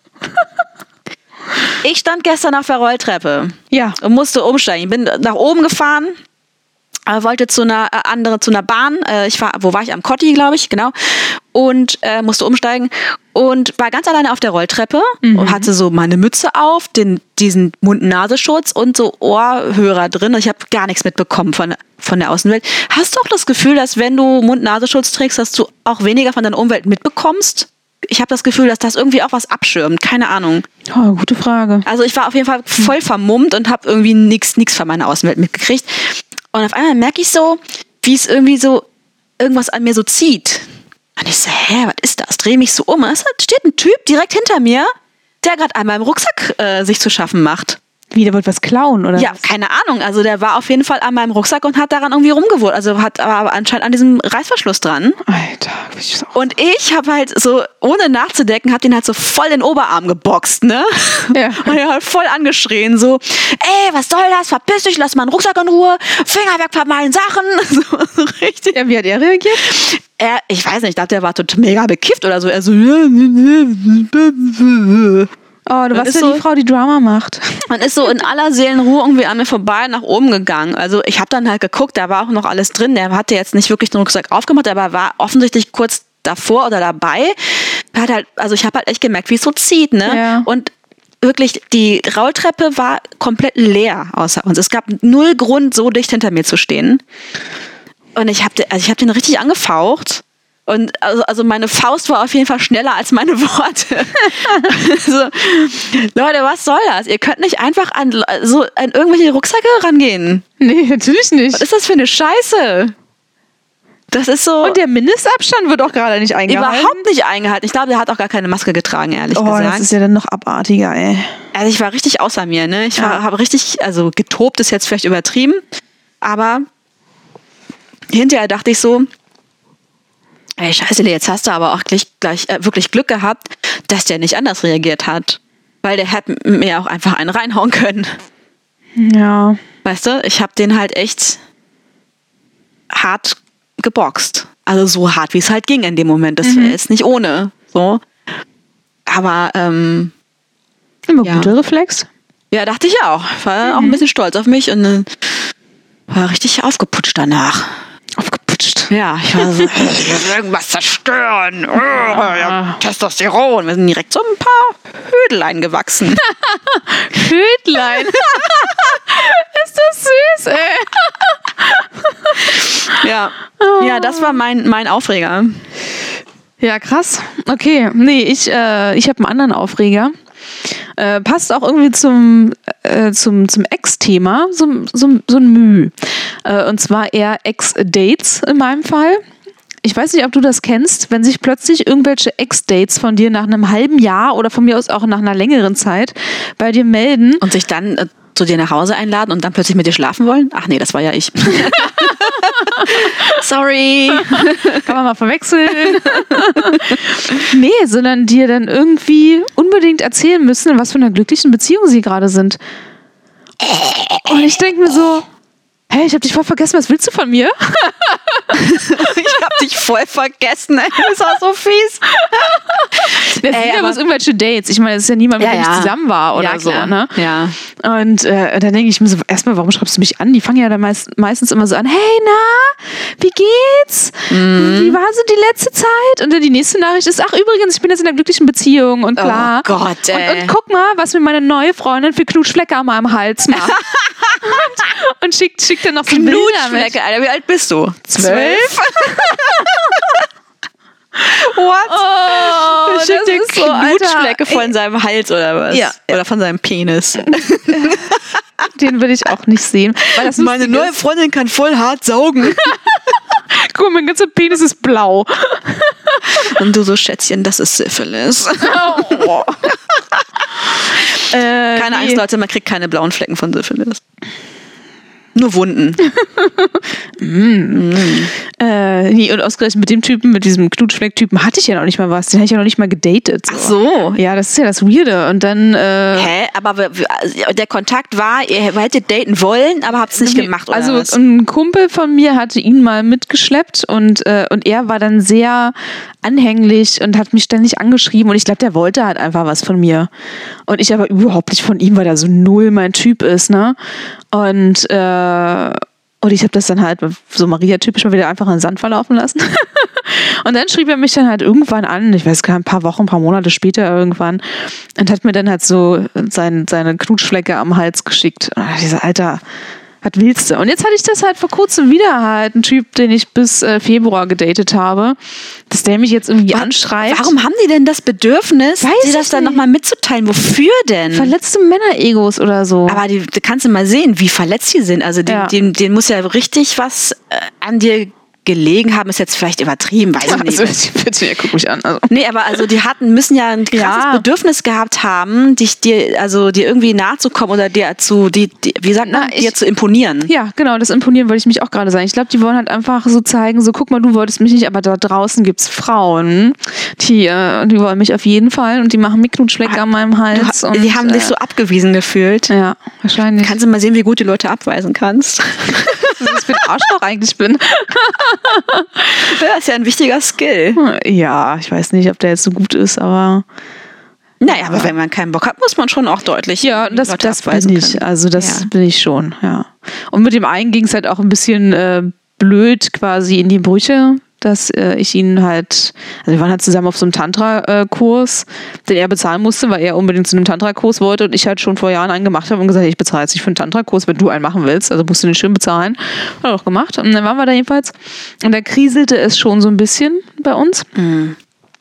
Ich stand gestern auf der Rolltreppe. Ja. Und musste umsteigen. Ich bin nach oben gefahren. Äh, wollte zu einer äh, andere zu einer Bahn. Äh, ich war, wo war ich? Am Kotti, glaube ich, genau. Und äh, musste umsteigen und war ganz alleine auf der Rolltreppe mhm. und hatte so meine Mütze auf, den, diesen Mund-Nasenschutz und so Ohrhörer drin. Und ich habe gar nichts mitbekommen von, von der Außenwelt. Hast du auch das Gefühl, dass wenn du Mund-Nasenschutz trägst, dass du auch weniger von deiner Umwelt mitbekommst? Ich habe das Gefühl, dass das irgendwie auch was abschirmt. Keine Ahnung. Oh, gute Frage. Also ich war auf jeden Fall voll vermummt und habe irgendwie nichts nichts von meiner Außenwelt mitgekriegt. Und auf einmal merke ich so, wie es irgendwie so irgendwas an mir so zieht. Und ich so, hä, was ist das? Dreh mich so um. Es steht ein Typ direkt hinter mir, der gerade an meinem Rucksack äh, sich zu schaffen macht. Wie, der wollte was klauen, oder? Ja, was? Keine Ahnung. Also der war auf jeden Fall an meinem Rucksack und hat daran irgendwie rumgewurlt. Also hat aber anscheinend an diesem Reißverschluss dran. Alter, ich so. Und ich habe halt so, ohne nachzudenken, hab den halt so voll in den Oberarm geboxt, ne? Ja. Und er hat voll angeschrien, so, ey, was soll das? Verpiss dich, lass meinen Rucksack in Ruhe. Finger weg von meinen Sachen. So, so richtig. Ja, wie hat er reagiert? Er, ich weiß nicht, ich glaube, der war total mega bekifft oder so. Er so, oh, du warst ja so, die Frau, die Drama macht. Man ist so in aller Seelenruhe irgendwie an mir vorbei nach oben gegangen. Also ich habe dann halt geguckt, da war auch noch alles drin. Der hatte jetzt nicht wirklich den Rucksack aufgemacht, aber war offensichtlich kurz davor oder dabei. Hat halt, also ich habe halt echt gemerkt, wie es so zieht, ne? Ja. Und wirklich, die Rolltreppe war komplett leer außer uns. Es gab null Grund, so dicht hinter mir zu stehen. Und ich habe also ich hab den richtig angefaucht. Und also, also meine Faust war auf jeden Fall schneller als meine Worte. So, Leute, was soll das? Ihr könnt nicht einfach an, so an irgendwelche Rucksäcke rangehen. Nee, natürlich nicht. Was ist das für eine Scheiße? Das ist so. Und der Mindestabstand wird auch gerade nicht eingehalten. Überhaupt nicht eingehalten. Ich glaube, der hat auch gar keine Maske getragen, ehrlich oh, gesagt. Das ist ja dann noch abartiger, ey. Also ich war richtig außer mir, ne? Ich war, ja. habe richtig, also getobt ist jetzt vielleicht übertrieben, aber hinterher dachte ich so, ey, scheiße, jetzt hast du aber auch gleich, gleich äh, wirklich Glück gehabt, dass der nicht anders reagiert hat. Weil der hätte mir auch einfach einen reinhauen können. Ja. Weißt du, ich habe den halt echt hart geboxt. Also so hart, wie es halt ging in dem Moment. Das wäre jetzt nicht ohne. So. Aber, ähm. Immer ja. guter Reflex. Ja, dachte ich auch. Ich war mhm. auch ein bisschen stolz auf mich und äh, war richtig aufgeputscht danach. Aufgeputscht. Ja, ich war so, ich will irgendwas zerstören. Oh, ja, Testosteron. Wir sind direkt so ein paar Hödelein gewachsen. Hödlein? Ist das süß, ey. Ja, ja, das war mein, mein Aufreger. Ja, krass. Okay, nee, ich, äh, ich habe einen anderen Aufreger. Äh, passt auch irgendwie zum, äh, zum, zum Ex-Thema, so, so, so ein Mühe. Äh, und zwar eher Ex-Dates in meinem Fall. Ich weiß nicht, ob du das kennst, wenn sich plötzlich irgendwelche Ex-Dates von dir nach einem halben Jahr oder von mir aus auch nach einer längeren Zeit bei dir melden. Und sich dann äh, zu dir nach Hause einladen und dann plötzlich mit dir schlafen wollen? Ach nee, das war ja ich. Sorry. Kann man mal verwechseln. Nee, sondern dir dann irgendwie unbedingt erzählen müssen, in was für einer glücklichen Beziehung sie gerade sind. Und ich denke mir so, hey, ich hab dich voll vergessen, was willst du von mir? Ich hab dich voll vergessen, ey. Das war so fies. Das sind ja bloß irgendwelche Dates. Ich meine, es ist ja niemand, mit ja, dem ich ja. zusammen war oder ja, so. klar. Ne? Ja. Und äh, dann denke ich mir so, erstmal, warum schreibst du mich an? Die fangen ja dann meist, meistens immer so an, hey, na, wie geht's? Mhm. Wie war so die letzte Zeit? Und dann die nächste Nachricht ist, ach übrigens, ich bin jetzt in einer glücklichen Beziehung und bla. Oh Gott, ey. Und, und guck mal, was mir meine neue Freundin für Knutschflecke an meinem Hals macht. und, und schickt, schickt er noch so Bilder mit. Knutschflecke, Alter, wie alt bist du? Zwölf? What? Oh, er schickt dir ist so, Knutschflecke Alter. von seinem Hals oder was? Ja. Oder von seinem Penis. Den will ich auch nicht sehen. Weil das Meine neue Freundin kann voll hart saugen. Guck mal, mein ganzer Penis ist blau. Und du so, Schätzchen, das ist Syphilis. Oh. äh, Keine nee. Angst, Leute, man kriegt keine blauen Flecken von Syphilis. Nur Wunden. mm. Mm. Äh, nee, und ausgerechnet mit dem Typen, mit diesem Knutschfleck-Typen hatte ich ja noch nicht mal was. Den hatte ich ja noch nicht mal gedatet. So. Ach so. Ja, das ist ja das Weirde. Und dann... Äh, Hä? Aber w- w- der Kontakt war, ihr hättet daten wollen, aber habt es nicht gemacht, oder also was? ein Kumpel von mir hatte ihn mal mitgeschleppt und, äh, und er war dann sehr anhänglich und hat mich ständig angeschrieben und ich glaube, der wollte halt einfach was von mir. Und ich aber überhaupt nicht von ihm, weil er so null mein Typ ist, ne? Und, äh, und ich habe das dann halt so Maria-typisch mal wieder einfach in den Sand verlaufen lassen. Und dann schrieb er mich dann halt irgendwann an, ich weiß gar nicht, ein paar Wochen, ein paar Monate später irgendwann, und hat mir dann halt so sein, seine Knutschflecke am Hals geschickt. Und ich so, Alter, was willst du? Und jetzt hatte ich das halt vor kurzem wieder halt, einen Typ, den ich bis äh, Februar gedatet habe, dass der mich jetzt irgendwie Wa- anschreibt. Warum haben die denn das Bedürfnis, Weiß dir das ich dann nicht. nochmal mitzuteilen? Wofür denn? Verletzte Männer-Egos oder so. Aber die, die kannst du mal sehen, wie verletzt die sind. Also die, Ja. denen, denen muss ja richtig was äh, an dir gelegen haben, ist jetzt vielleicht übertrieben, weiß ich nicht. Also, bitte, guck mich an. Also. Nee, aber also die hatten, müssen ja ein krasses Ja. Bedürfnis gehabt haben, dich dir, also dir irgendwie nahe zu kommen oder dir zu, die, die, wie sagt man, Na, ich- dir zu imponieren. Ja, genau, das Imponieren wollte ich mich auch gerade sagen. Ich glaube, die wollen halt einfach so zeigen, so guck mal, du wolltest mich nicht, aber da draußen gibt's Frauen, die, äh, die wollen mich auf jeden Fall und die machen mir Knutschflecke an meinem Hals. Du, und, die haben äh, dich so abgewiesen gefühlt. Ja, wahrscheinlich. Kannst du mal sehen, wie gut die Leute abweisen kannst? Was ich für ein Arschloch eigentlich bin. Das ist ja ein wichtiger Skill. Ja, ich weiß nicht, ob der jetzt so gut ist, aber Naja, aber wenn man keinen Bock hat, muss man schon auch deutlich ja, das, Leute das abweisen bin ich. können. Also das Ja. bin ich schon, ja. Und mit dem einen ging es halt auch ein bisschen äh, blöd quasi in die Brüche, dass äh, ich ihn halt, also wir waren halt zusammen auf so einem Tantra-Kurs, den er bezahlen musste, weil er unbedingt zu einem Tantra-Kurs wollte und ich halt schon vor Jahren einen gemacht habe und gesagt, ich bezahle jetzt nicht für einen Tantra-Kurs, wenn du einen machen willst, also musst du den schön bezahlen. Hat er auch gemacht. Und dann waren wir da jedenfalls und da kriselte es schon so ein bisschen bei uns. Mhm.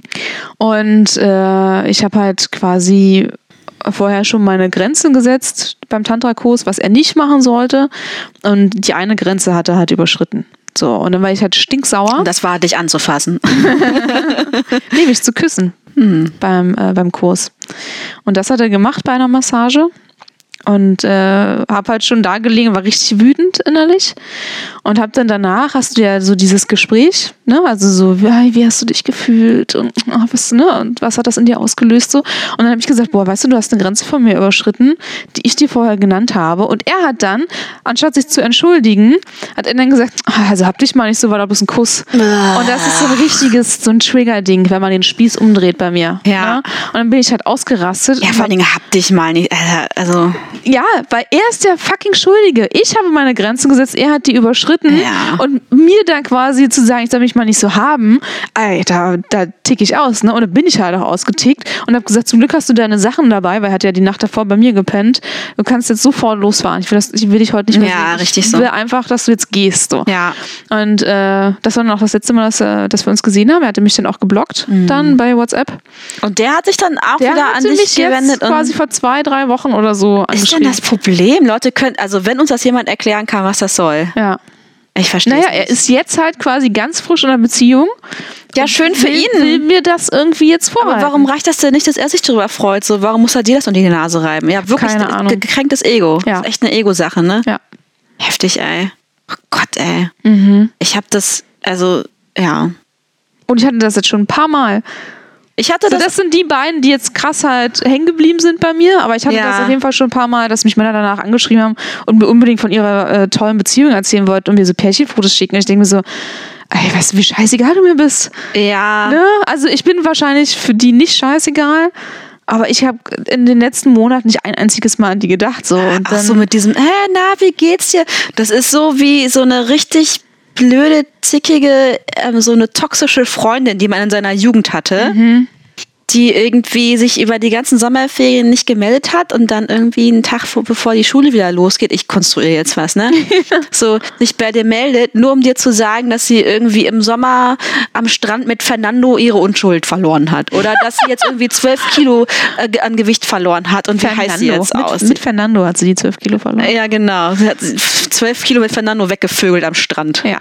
Und äh, ich habe halt quasi vorher schon meine Grenzen gesetzt beim Tantra-Kurs, was er nicht machen sollte. Und die eine Grenze hat er halt überschritten. So, und dann war ich halt stinksauer. Und das war, dich anzufassen. Nee, mich zu küssen Mhm. beim, äh, beim Kurs. Und das hat er gemacht bei einer Massage. Und äh, habe halt schon da gelegen, war richtig wütend innerlich. Und habe dann danach, hast du ja so dieses Gespräch, ne? Also so, wie, wie hast du dich gefühlt? Und, oh, was, ne? Und was hat das in dir ausgelöst? So? Und dann habe ich gesagt, boah, weißt du, du hast eine Grenze von mir überschritten, die ich dir vorher genannt habe. Und er hat dann, anstatt sich zu entschuldigen, hat er dann gesagt, ah, also hab dich mal nicht so, war da bloß ein Kuss. Und das ist so ein richtiges, so ein Trigger-Ding, wenn man den Spieß umdreht bei mir. Ja. Ne? Und dann bin ich halt ausgerastet. Ja, vor allen Dingen hab dich mal nicht, also... Ja, weil er ist der fucking Schuldige. Ich habe meine Grenzen gesetzt, er hat die überschritten. Ja. Und mir dann quasi zu sagen, ich soll mich mal nicht so haben, Alter, da tick ich aus, ne? Und da bin ich halt auch ausgetickt und habe gesagt, zum Glück hast du deine Sachen dabei, weil er hat ja die Nacht davor bei mir gepennt. Du kannst jetzt sofort losfahren. Ich will, das, ich will dich heute nicht mehr Ja, sehen. richtig ich so. will einfach, dass du jetzt gehst. So. Ja. Und äh, das war dann auch das letzte Mal, dass, äh, dass wir uns gesehen haben. Er hatte mich dann auch geblockt, dann bei WhatsApp. Und der hat sich dann auch Der wieder an hatte dich mich gewendet. jetzt quasi Und vor zwei, drei Wochen oder so ist denn angeschrieben. das Problem? Leute können, also wenn uns das jemand erklären kann, was das soll. Ja. Ich verstehe Naja, es nicht. er ist jetzt halt quasi ganz frisch in einer Beziehung. Ja, schön für will, ihn. Will mir das irgendwie jetzt vorhalten. Aber warum reicht das denn nicht, dass er sich darüber freut? So, warum muss er dir das unter die Nase reiben? Ja, wirklich Keine Ahnung. ge- gekränktes Ego. Ja. Das ist echt eine Ego-Sache, ne? Ja. Heftig, ey. Oh Gott, ey. Mhm. Ich hab das, also, ja. Und ich hatte das jetzt schon ein paar Mal. Ich hatte So, das, das sind die beiden, die jetzt krass halt hängen geblieben sind bei mir. Aber ich hatte Ja. das auf jeden Fall schon ein paar Mal, dass mich Männer danach angeschrieben haben und mir unbedingt von ihrer äh, tollen Beziehung erzählen wollten und mir so Pärchenfotos schicken. Und ich denke mir so, ey, weißt du, wie scheißegal du mir bist? ja. Ne? Also ich bin wahrscheinlich für die nicht scheißegal. Aber ich habe in den letzten Monaten nicht ein einziges Mal an die gedacht. So. Und Ach dann, so, mit diesem, hä, na, wie geht's dir? Das ist so wie so eine richtig blöde, zickige, ähm, so eine toxische Freundin, die man in seiner Jugend hatte. Mhm. die irgendwie sich über die ganzen Sommerferien nicht gemeldet hat und dann irgendwie einen Tag vor, bevor die Schule wieder losgeht, ich konstruiere jetzt was, ne? So, sich bei dir meldet, nur um dir zu sagen, dass sie irgendwie im Sommer am Strand mit Fernando ihre Unschuld verloren hat. Oder dass sie jetzt irgendwie zwölf Kilo äh, an Gewicht verloren hat. Und Fernando. Wie heißt sie jetzt mit, aus? Mit Fernando hat sie die zwölf Kilo verloren. Ja, genau. Sie hat zwölf Kilo mit Fernando weggevögelt am Strand. Ja.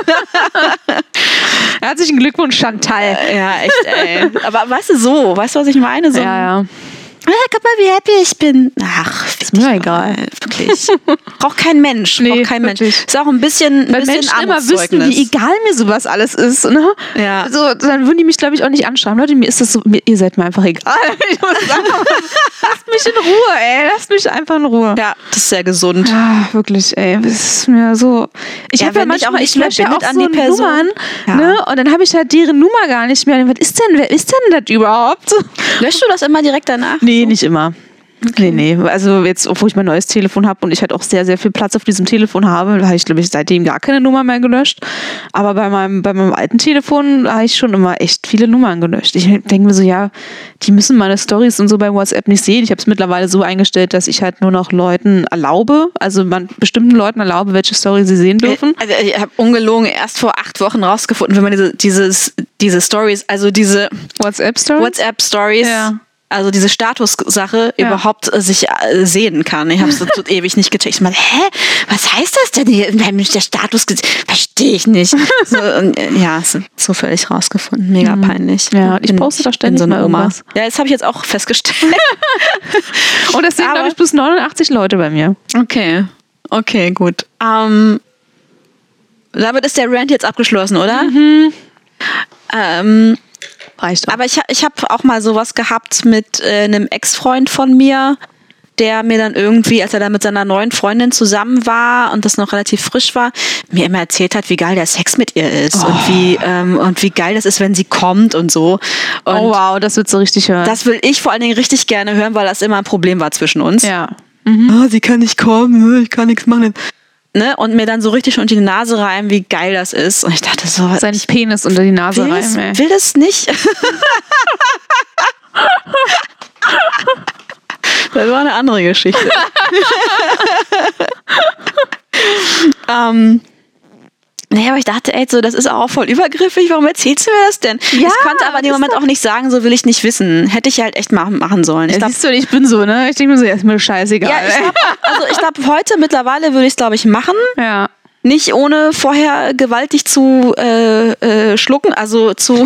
Herzlichen Glückwunsch, Chantal. Ja, echt, ey. Aber weißt du, so, weißt du, was ich meine? So, Ja, ja. Ah, guck mal, wie happy ich bin. Ach, Ist mir egal. Wirklich. Braucht kein Mensch. Nee, braucht kein Mensch. wirklich. Ist auch ein bisschen, ein Weil bisschen Menschen immer wissen, Armutszeugnis. wie egal mir sowas alles ist. Ne? Ja. So, dann würden die mich, glaube ich, auch nicht anschreiben. Leute, mir ist das so, mir, ihr seid mir einfach egal. Ich muss sagen, lasst mich in Ruhe, ey. Lasst mich einfach in Ruhe. Ja, das ist sehr gesund. Ah, wirklich, ey. Das ist mir so. Ich Ja, habe ja wenn dich manchmal, auch nicht ich lösche ja mehr auch bindet so an die Person. Nummern, Ja. ne? Und dann habe ich halt deren Nummer gar nicht mehr. Und was ist denn, wer ist denn das überhaupt? Löschst du das immer direkt danach? Nee, nicht immer. Nee, nee. Also jetzt, obwohl ich mein neues Telefon habe und ich halt auch sehr, sehr viel Platz auf diesem Telefon habe, habe ich, glaube ich, seitdem gar keine Nummer mehr gelöscht. Aber bei meinem, bei meinem alten Telefon habe ich schon immer echt viele Nummern gelöscht. Ich denke mir so, ja, die müssen meine Storys und so bei WhatsApp nicht sehen. Ich habe es mittlerweile so eingestellt, dass ich halt nur noch Leuten erlaube, also man bestimmten Leuten erlaube, welche Story sie sehen dürfen. Also ich habe ungelogen erst vor acht Wochen rausgefunden, wenn man diese, dieses, diese Stories, also diese WhatsApp-Stories? WhatsApp-Stories, Ja. also diese Statussache Ja. überhaupt äh, sich äh, sehen kann. Ich habe es so ewig nicht gecheckt. Ich meine, hä, was heißt das denn hier? Der Status verstehe ich nicht. So, und, äh, ja, so, so völlig rausgefunden. Mega peinlich. Ja, ich Bin- poste da bin ständig so eine mal Oma. irgendwas. Ja, das habe ich jetzt auch festgestellt. Und das sind, Aber- glaube ich, bis neunundachtzig Leute bei mir. Okay, okay, gut. Ähm, damit ist der Rant jetzt abgeschlossen, oder? Mhm. Ähm, Reicht auch. aber ich, ich habe auch mal sowas gehabt mit äh, einem Ex-Freund von mir, der mir dann irgendwie, als er dann mit seiner neuen Freundin zusammen war und das noch relativ frisch war, mir immer erzählt hat, wie geil der Sex mit ihr ist und wie ähm, und wie geil das ist, wenn sie kommt und so. Und Oh wow, das wird so richtig hören. das will ich vor allen Dingen richtig gerne hören, weil das immer ein Problem war zwischen uns. ja. Ah, sie kann nicht kommen, ich kann nichts machen. Ne? Und mir dann so richtig schon unter die Nase reiben, wie geil das ist. Und ich dachte so, Seinen Penis unter die Nase will, das, rein, ey. will das nicht? Das war eine andere Geschichte. ähm, naja, aber ich dachte, ey, so, das ist auch voll übergriffig. Warum erzählst du mir das denn? Ja, ich konnte aber in dem ist Moment auch nicht sagen, so will ich nicht wissen. Hätte ich halt echt machen, machen sollen. Ich Ja, glaub, siehst du, ich bin so, ne? Ich denke mir so, ja, ist mir scheißegal. ja, ich glaub, also ich glaube, heute mittlerweile würde ich es, glaube ich, machen. ja. Nicht ohne vorher gewaltig zu äh, äh, schlucken, also zu.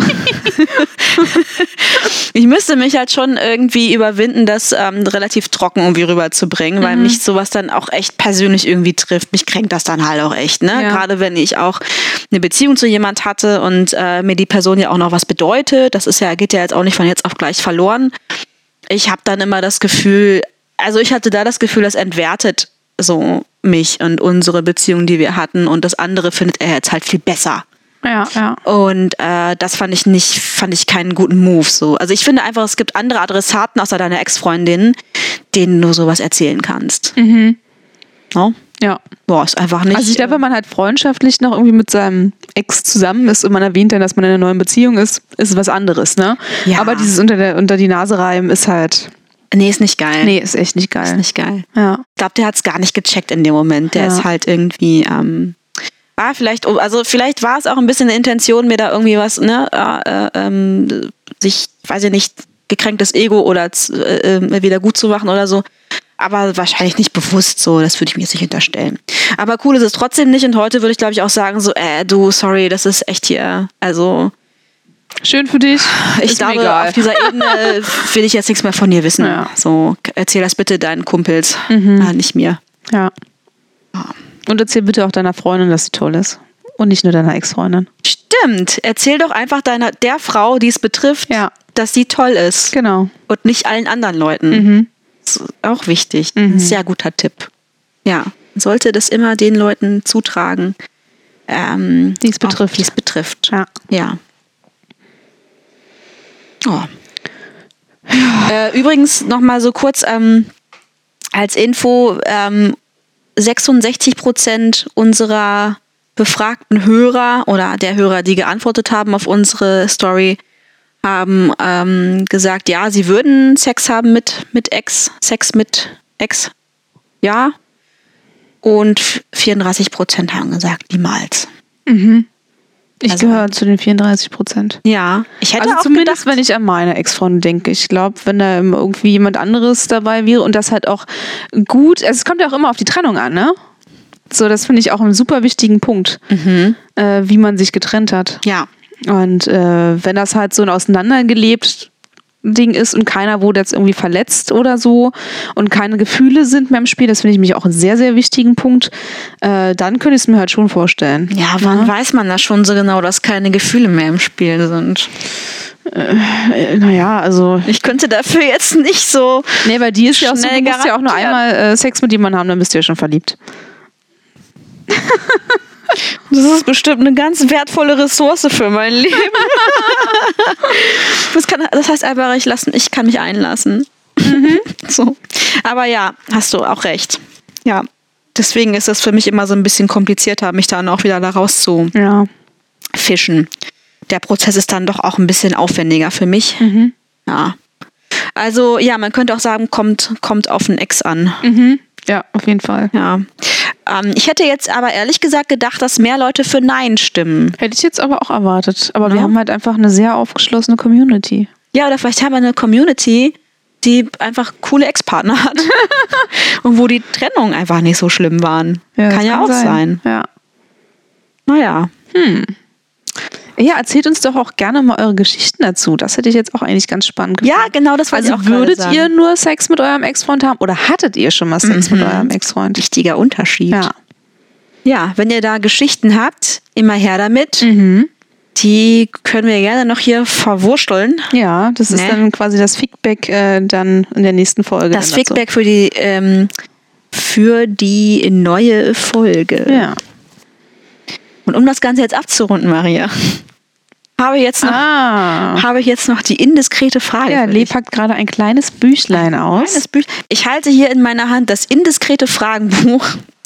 Ich müsste mich halt schon irgendwie überwinden, das ähm, relativ trocken irgendwie rüberzubringen, weil mich sowas dann auch echt persönlich irgendwie trifft. Mich kränkt das dann halt auch echt, ne? Ja. Gerade wenn ich auch eine Beziehung zu jemand hatte und äh, mir die Person ja auch noch was bedeutet. Das ist ja, geht ja jetzt auch nicht von jetzt auf gleich verloren. Ich habe dann immer das Gefühl, also ich hatte da das Gefühl, das entwertet so mich und unsere Beziehung, die wir hatten, und das andere findet er jetzt halt viel besser. Ja, ja. Und äh, das fand ich nicht, fand ich keinen guten Move. So. Also ich finde einfach, es gibt andere Adressaten außer deiner Ex-Freundin, denen du sowas erzählen kannst. Mhm. No? Ja. Boah, ist einfach nicht. Also ich glaube, wenn man halt freundschaftlich noch irgendwie mit seinem Ex zusammen ist und man erwähnt dann, dass man in einer neuen Beziehung ist, ist was anderes, ne? Ja. Aber dieses unter, der, unter die Nase reiben ist halt, nee, ist nicht geil. nee, ist echt nicht geil. Ist nicht geil. Ja. Ich glaube, der hat es gar nicht gecheckt in dem Moment. Der Ja. ist halt irgendwie, ähm, war vielleicht, also vielleicht war es auch ein bisschen eine Intention, mir da irgendwie was, ne, äh, ähm, sich, weiß ich nicht, gekränktes Ego oder äh, wieder gut zu machen oder so. Aber wahrscheinlich nicht bewusst so, das würde ich mir jetzt nicht unterstellen. Aber cool ist es trotzdem nicht, und heute würde ich, glaube ich, auch sagen, so, äh, du, sorry, das ist echt hier, also Schön für dich. ich ist mir glaube, egal. auf dieser Ebene will ich jetzt nichts mehr von dir wissen. Ja. So, erzähl das bitte deinen Kumpels, Mhm. ah, nicht mir. Ja. Und erzähl bitte auch deiner Freundin, dass sie toll ist. Und nicht nur deiner Ex-Freundin. Stimmt, erzähl doch einfach deiner, der Frau, die es betrifft, Ja. dass sie toll ist. Genau. Und nicht allen anderen Leuten. Mhm. Das ist auch wichtig. Ein sehr guter Tipp. Ja, man sollte das immer den Leuten zutragen, ähm, Die es betrifft. auch Die es betrifft. Ja. Ja. Oh. Äh, übrigens nochmal so kurz ähm, als Info, ähm, sechsundsechzig Prozent unserer befragten Hörer oder der Hörer, die geantwortet haben auf unsere Story, haben ähm, gesagt, ja, sie würden Sex haben mit, mit Ex, Sex mit Ex, ja. Und vierunddreißig Prozent haben gesagt, niemals. Mhm. Ich Also- gehöre zu den vierunddreißig Prozent. Ja, ich hätte Also auch zumindest, gedacht, wenn ich an meine Ex-Freundin denke. Ich glaube, wenn da irgendwie jemand anderes dabei wäre und das halt auch gut, also es kommt ja auch immer auf die Trennung an, ne? So, das finde ich auch einen super wichtigen Punkt, Mhm. äh, wie man sich getrennt hat. ja, Und äh, wenn das halt so ein auseinandergelebt Ding ist und keiner wurde jetzt irgendwie verletzt oder so und keine Gefühle sind mehr im Spiel, das finde ich mich auch einen sehr, sehr wichtigen Punkt, äh, dann könnte ich es mir halt schon vorstellen. ja, wann weiß man das schon so genau, dass keine Gefühle mehr im Spiel sind? Äh, naja, also... Ich könnte dafür jetzt nicht so. Nee, bei dir ist ja auch so, Schnell du musst ja auch nur garantieren. einmal äh, Sex mit jemandem haben, dann bist du ja schon verliebt. Das ist bestimmt eine ganz wertvolle Ressource für mein Leben. Das, kann, das heißt einfach, ich, lass, ich kann mich einlassen. Mhm. So. Aber ja, hast du auch recht. Ja. Deswegen ist es für mich immer so ein bisschen komplizierter, mich dann auch wieder da raus zu Ja. fischen. Der Prozess ist dann doch auch ein bisschen aufwendiger für mich. Ja. Also ja, man könnte auch sagen, kommt, kommt auf den Ex an. Mhm. Ja, auf jeden Fall. Ja. Ähm, ich hätte jetzt aber ehrlich gesagt gedacht, dass mehr Leute für Nein stimmen. Hätte ich jetzt aber auch erwartet. Aber wir Ja. haben halt einfach eine sehr aufgeschlossene Community. Ja, oder vielleicht haben wir eine Community, die einfach coole Ex-Partner hat. Und wo die Trennungen einfach nicht so schlimm waren. das kann ja auch sein. Ja. Naja. Ja, erzählt uns doch auch gerne mal eure Geschichten dazu. Das hätte ich jetzt auch eigentlich ganz spannend gefunden. Ja, genau, das wollte ich Also auch gerade würdet sagen. ihr nur Sex mit eurem Ex-Freund haben oder hattet ihr schon mal Sex mit eurem Ex-Freund? Wichtiger Unterschied. Ja. Ja, wenn ihr da Geschichten habt, immer her damit. Mhm. Die können wir gerne noch hier verwurschteln. Ja, das ist Ne? dann quasi das Feedback äh, dann in der nächsten Folge. Das dann dazu. Feedback für die, ähm, für die neue Folge. Ja. Und um das Ganze jetzt abzurunden, Maria, habe ich jetzt noch, Ah. habe ich jetzt noch die indiskrete Frage. Ja, für Lee dich. packt gerade ein kleines Büchlein aus. Kleines Büch- Ich halte hier in meiner Hand das indiskrete Fragenbuch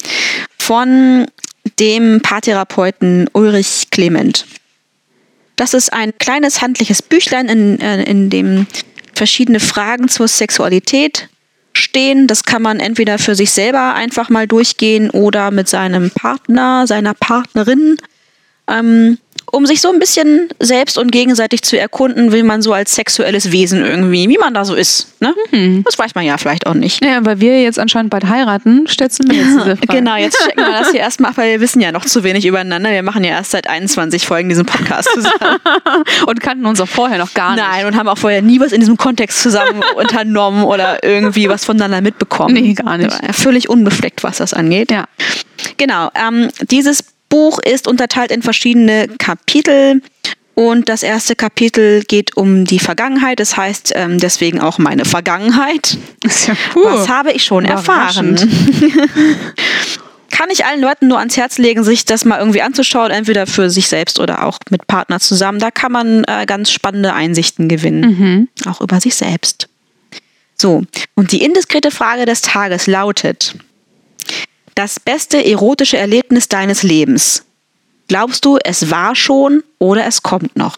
von dem Paartherapeuten Ulrich Clement. Das ist ein kleines handliches Büchlein, in, äh, in dem verschiedene Fragen zur Sexualität stehen. Das kann man entweder für sich selber einfach mal durchgehen oder mit seinem Partner, seiner Partnerin, ähm, um sich so ein bisschen selbst und gegenseitig zu erkunden, wie man so als sexuelles Wesen irgendwie, wie man da so ist. Ne? Das weiß man ja vielleicht auch nicht. Ja, weil wir jetzt anscheinend bald heiraten, stellst du mir jetzt diese Frage. Genau, jetzt checken wir das hier erstmal ab, weil wir wissen ja noch zu wenig übereinander. Wir machen ja erst seit einundzwanzig Folgen diesen Podcast zusammen. Und kannten uns auch vorher noch gar nicht. Nein, und haben auch vorher nie was in diesem Kontext zusammen unternommen oder irgendwie was voneinander mitbekommen. Nee, gar nicht. Ja, völlig unbefleckt, was das angeht. Ja. Genau, ähm, dieses Buch ist unterteilt in verschiedene Kapitel. Und das erste Kapitel geht um die Vergangenheit. Das heißt ähm, deswegen auch meine Vergangenheit. Ist ja cool. Was habe ich schon erfahren? Überraschend. Kann ich allen Leuten nur ans Herz legen, sich das mal irgendwie anzuschauen, entweder für sich selbst oder auch mit Partner zusammen. Da kann man äh, ganz spannende Einsichten gewinnen, auch über sich selbst. So, und die indiskrete Frage des Tages lautet: Das beste erotische Erlebnis deines Lebens. Glaubst du, es war schon oder es kommt noch?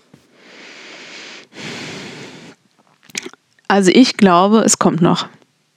Also ich glaube, es kommt noch.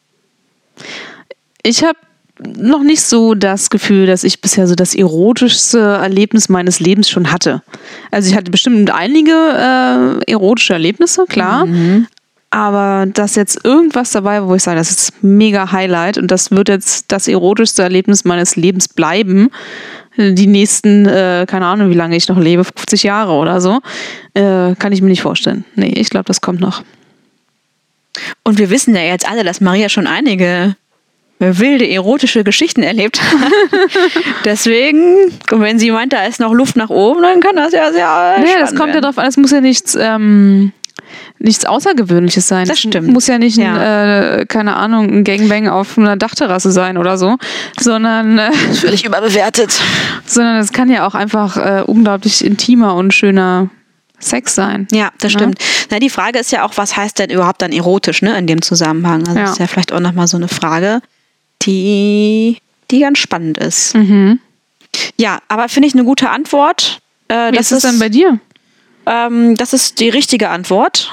Ich habe noch nicht so das Gefühl, dass ich bisher so das erotischste Erlebnis meines Lebens schon hatte. Also ich hatte bestimmt einige äh, erotische Erlebnisse, klar. Aber dass jetzt irgendwas dabei war, wo ich sage, das ist mega Highlight und das wird jetzt das erotischste Erlebnis meines Lebens bleiben, die nächsten, äh, keine Ahnung, wie lange ich noch lebe, fünfzig Jahre oder so, äh, kann ich mir nicht vorstellen. Nee, ich glaube, das kommt noch. Und wir wissen ja jetzt alle, dass Maria schon einige wilde erotische Geschichten erlebt hat. Deswegen, und wenn sie meint, da ist noch Luft nach oben, dann kann das ja sehr Nee, spannend das kommt ja werden. drauf an, es muss ja nichts, ähm, nichts Außergewöhnliches sein. Das stimmt. Muss ja nicht, ein, Ja. äh, keine Ahnung, ein Gangbang auf einer Dachterrasse sein oder so, sondern, äh, Völlig überbewertet. sondern es kann ja auch einfach äh, unglaublich intimer und schöner Sex sein. Ja, das Ja. stimmt. Na, die Frage ist ja auch, was heißt denn überhaupt dann erotisch, ne, in dem Zusammenhang? Also Ja. das ist ja vielleicht auch nochmal so eine Frage, die, die ganz spannend ist. Mhm. Ja, aber finde ich eine gute Antwort. Äh, Wie das ist es denn bei dir? Ähm, das ist die richtige Antwort.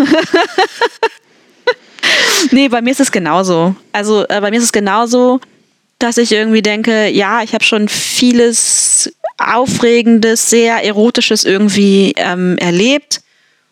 Nee, bei mir ist es genauso. Also äh, bei mir ist es genauso, dass ich irgendwie denke, ja, ich habe schon vieles Aufregendes, sehr Erotisches irgendwie ähm, erlebt.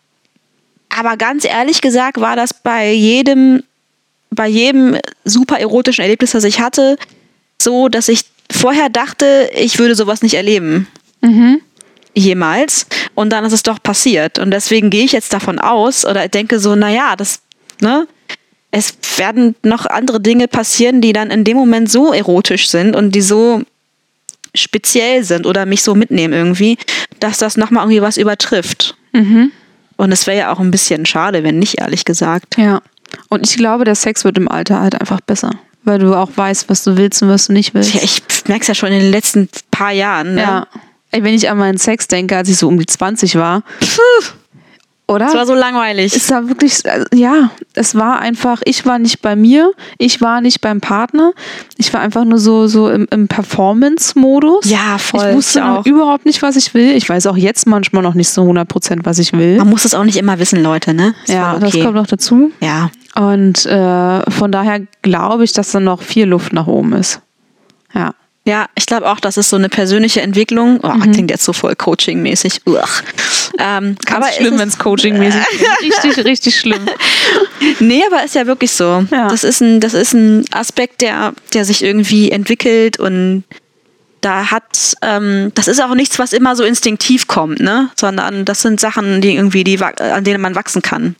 Aber ganz ehrlich gesagt war das bei jedem, bei jedem super erotischen Erlebnis, das ich hatte, so, dass ich vorher dachte, ich würde sowas nicht erleben. Mhm. Jemals. Und dann ist es doch passiert. Und deswegen gehe ich jetzt davon aus oder denke so, naja, das, ne, es werden noch andere Dinge passieren, die dann in dem Moment so erotisch sind und die so speziell sind oder mich so mitnehmen irgendwie, dass das nochmal irgendwie was übertrifft. Mhm. Und es wäre ja auch ein bisschen schade, wenn nicht, ehrlich gesagt. Ja. Und ich glaube, der Sex wird im Alter halt einfach besser. Weil du auch weißt, was du willst und was du nicht willst. Ja, ich merke es ja schon in den letzten paar Jahren. Ne? Ja. Ey, wenn ich an meinen Sex denke, als ich so um die zwanzig war. Puh. Oder? Es war so langweilig. Es war wirklich, ja, es war einfach, ich war nicht bei mir, ich war nicht beim Partner, ich war einfach nur so, so im, im Performance-Modus. Ja, voll. Ich wusste Ich noch auch. überhaupt nicht, was ich will. Ich weiß auch jetzt manchmal noch nicht so hundert Prozent, was ich will. Man muss es auch nicht immer wissen, Leute, ne? Ist Ja, voll das okay. kommt noch dazu. Ja. Und äh, von daher glaube ich, dass da noch viel Luft nach oben ist. Ja. Ja, ich glaube auch, das ist so eine persönliche Entwicklung. Oh, klingt jetzt so voll Coaching-mäßig. Uach. Ähm, Ganz aber schlimm, ist wenn es coachingmäßig ist. Richtig, richtig schlimm. Nee, aber ist ja wirklich so. Ja. Das ist ein, das ist ein Aspekt, der, der sich irgendwie entwickelt und da hat, ähm, das ist auch nichts, was immer so instinktiv kommt, ne? Sondern das sind Sachen, die irgendwie, die, wa- an denen man wachsen kann.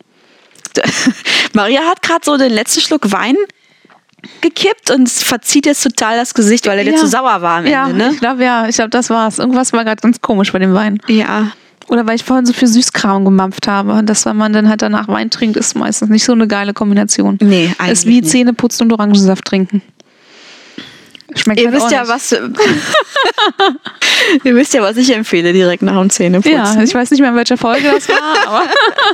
Maria hat gerade so den letzten Schluck Wein gekippt und verzieht jetzt total das Gesicht, weil er dir Ja. zu sauer war am Ja, Ende, ne? ich glaube, ja, ich glaube, das war's. Irgendwas war gerade ganz komisch bei dem Wein. Ja. Oder weil ich vorhin so viel Süßkram gemampft habe. Das, wenn man dann halt danach Wein trinkt, ist meistens nicht so eine geile Kombination. Nee, eigentlich Ist wie nicht. Zähne putzen und Orangensaft trinken. Schmeckt Ihr halt wisst auch ja, nicht. was. Ihr wisst ja, was ich empfehle direkt nach dem Zähneputzen. Ja, ich weiß nicht mehr, in welcher Folge das war, aber.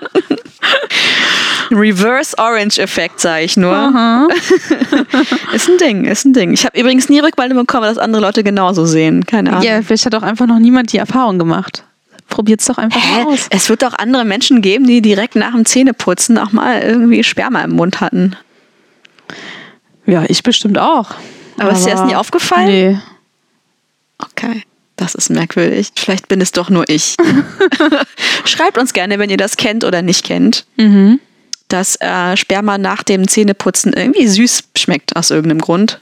Reverse Orange Effekt, sage ich nur. Aha. Ist ein Ding, ist ein Ding. Ich habe übrigens nie Rückmeldung bekommen, dass andere Leute genauso sehen. Keine Ahnung. Ja, vielleicht hat auch einfach noch niemand die Erfahrung gemacht. Probiert's doch einfach Hä? mal aus. Es wird doch andere Menschen geben, die direkt nach dem Zähneputzen auch mal irgendwie Sperma im Mund hatten. Ja, ich bestimmt auch. Aber ist dir das nie aufgefallen? Nee. Okay, das ist merkwürdig. Vielleicht bin es doch nur ich. Schreibt uns gerne, wenn ihr das kennt oder nicht kennt, Mhm. dass äh, Sperma nach dem Zähneputzen irgendwie süß schmeckt aus irgendeinem Grund.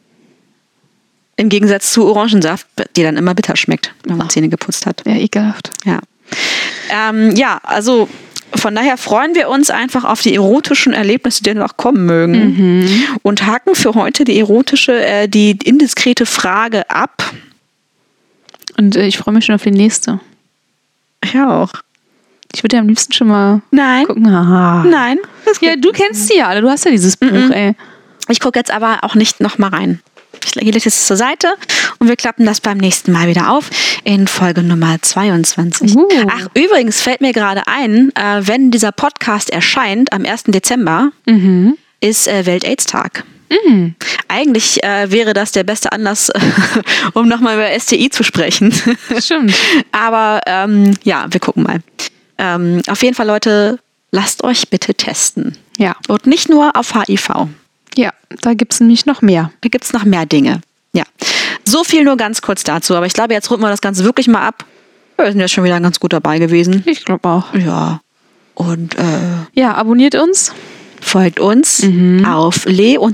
Im Gegensatz zu Orangensaft, die dann immer bitter schmeckt, wenn man Zähne geputzt hat. Ja, ekelhaft. Ja. Ähm, ja, also von daher freuen wir uns einfach auf die erotischen Erlebnisse, die noch kommen mögen. Und haken für heute die erotische, äh, die indiskrete Frage ab. Und äh, ich freue mich schon auf die nächste. Ja auch. Ich würde ja am liebsten schon mal Nein. gucken. Haha. Nein. Das Ja, du kennst die ja alle. Du hast ja dieses Buch, ey. Ich gucke jetzt aber auch nicht nochmal rein. Ich lege das jetzt zur Seite und wir klappen das beim nächsten Mal wieder auf in Folge Nummer zweiundzwanzig. Uh. Ach, übrigens fällt mir gerade ein, äh, wenn dieser Podcast erscheint am ersten Dezember, Mhm. ist äh, Welt-Aids-Tag. Eigentlich äh, wäre das der beste Anlass, um nochmal über S T I zu sprechen. Stimmt. Aber ähm, ja, wir gucken mal. Ähm, auf jeden Fall, Leute, lasst euch bitte testen. Ja. Und nicht nur auf H I V. Ja, da gibt es nämlich noch mehr. Da gibt es noch mehr Dinge. Ja. So viel nur ganz kurz dazu. Aber ich glaube, jetzt runden wir das Ganze wirklich mal ab. Wir sind jetzt schon wieder ganz gut dabei gewesen. Ich glaube auch. Ja. Und äh, Ja, abonniert uns. folgt uns Mhm. auf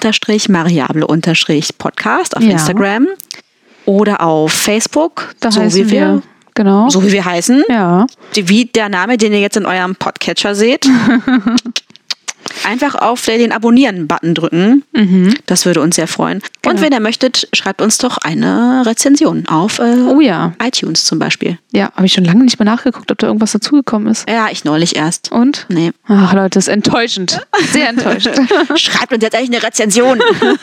le-mariable-podcast auf Ja. Instagram oder auf Facebook, Da so heißen wie wir, Genau. so wie wir heißen, Ja. Die- wie der Name, den ihr jetzt in eurem Podcatcher seht. Einfach auf den Abonnieren-Button drücken. Das würde uns sehr freuen. Und Genau. wenn ihr möchtet, schreibt uns doch eine Rezension auf äh, Oh ja. iTunes zum Beispiel. Ja, habe ich schon lange nicht mehr nachgeguckt, ob da irgendwas dazugekommen ist. Ja, ich neulich erst. Und? Nee. Ach Leute, das ist enttäuschend. Sehr enttäuschend. Schreibt uns jetzt eigentlich eine Rezension.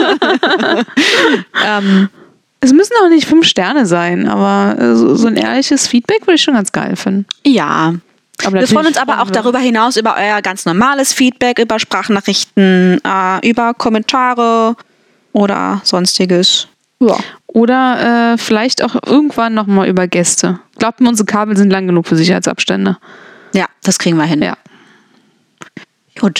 ähm, Es müssen auch nicht fünf Sterne sein, aber äh, so, so ein ehrliches Feedback würde ich schon ganz geil finden. ja. Aber Wir natürlich freuen uns aber auch wir- darüber hinaus über euer ganz normales Feedback, über Sprachnachrichten, äh, über Kommentare oder sonstiges. Ja. Oder äh, vielleicht auch irgendwann nochmal über Gäste. Glaubt mir, unsere Kabel sind lang genug für Sicherheitsabstände. Ja, das kriegen wir hin. Ja. Gut.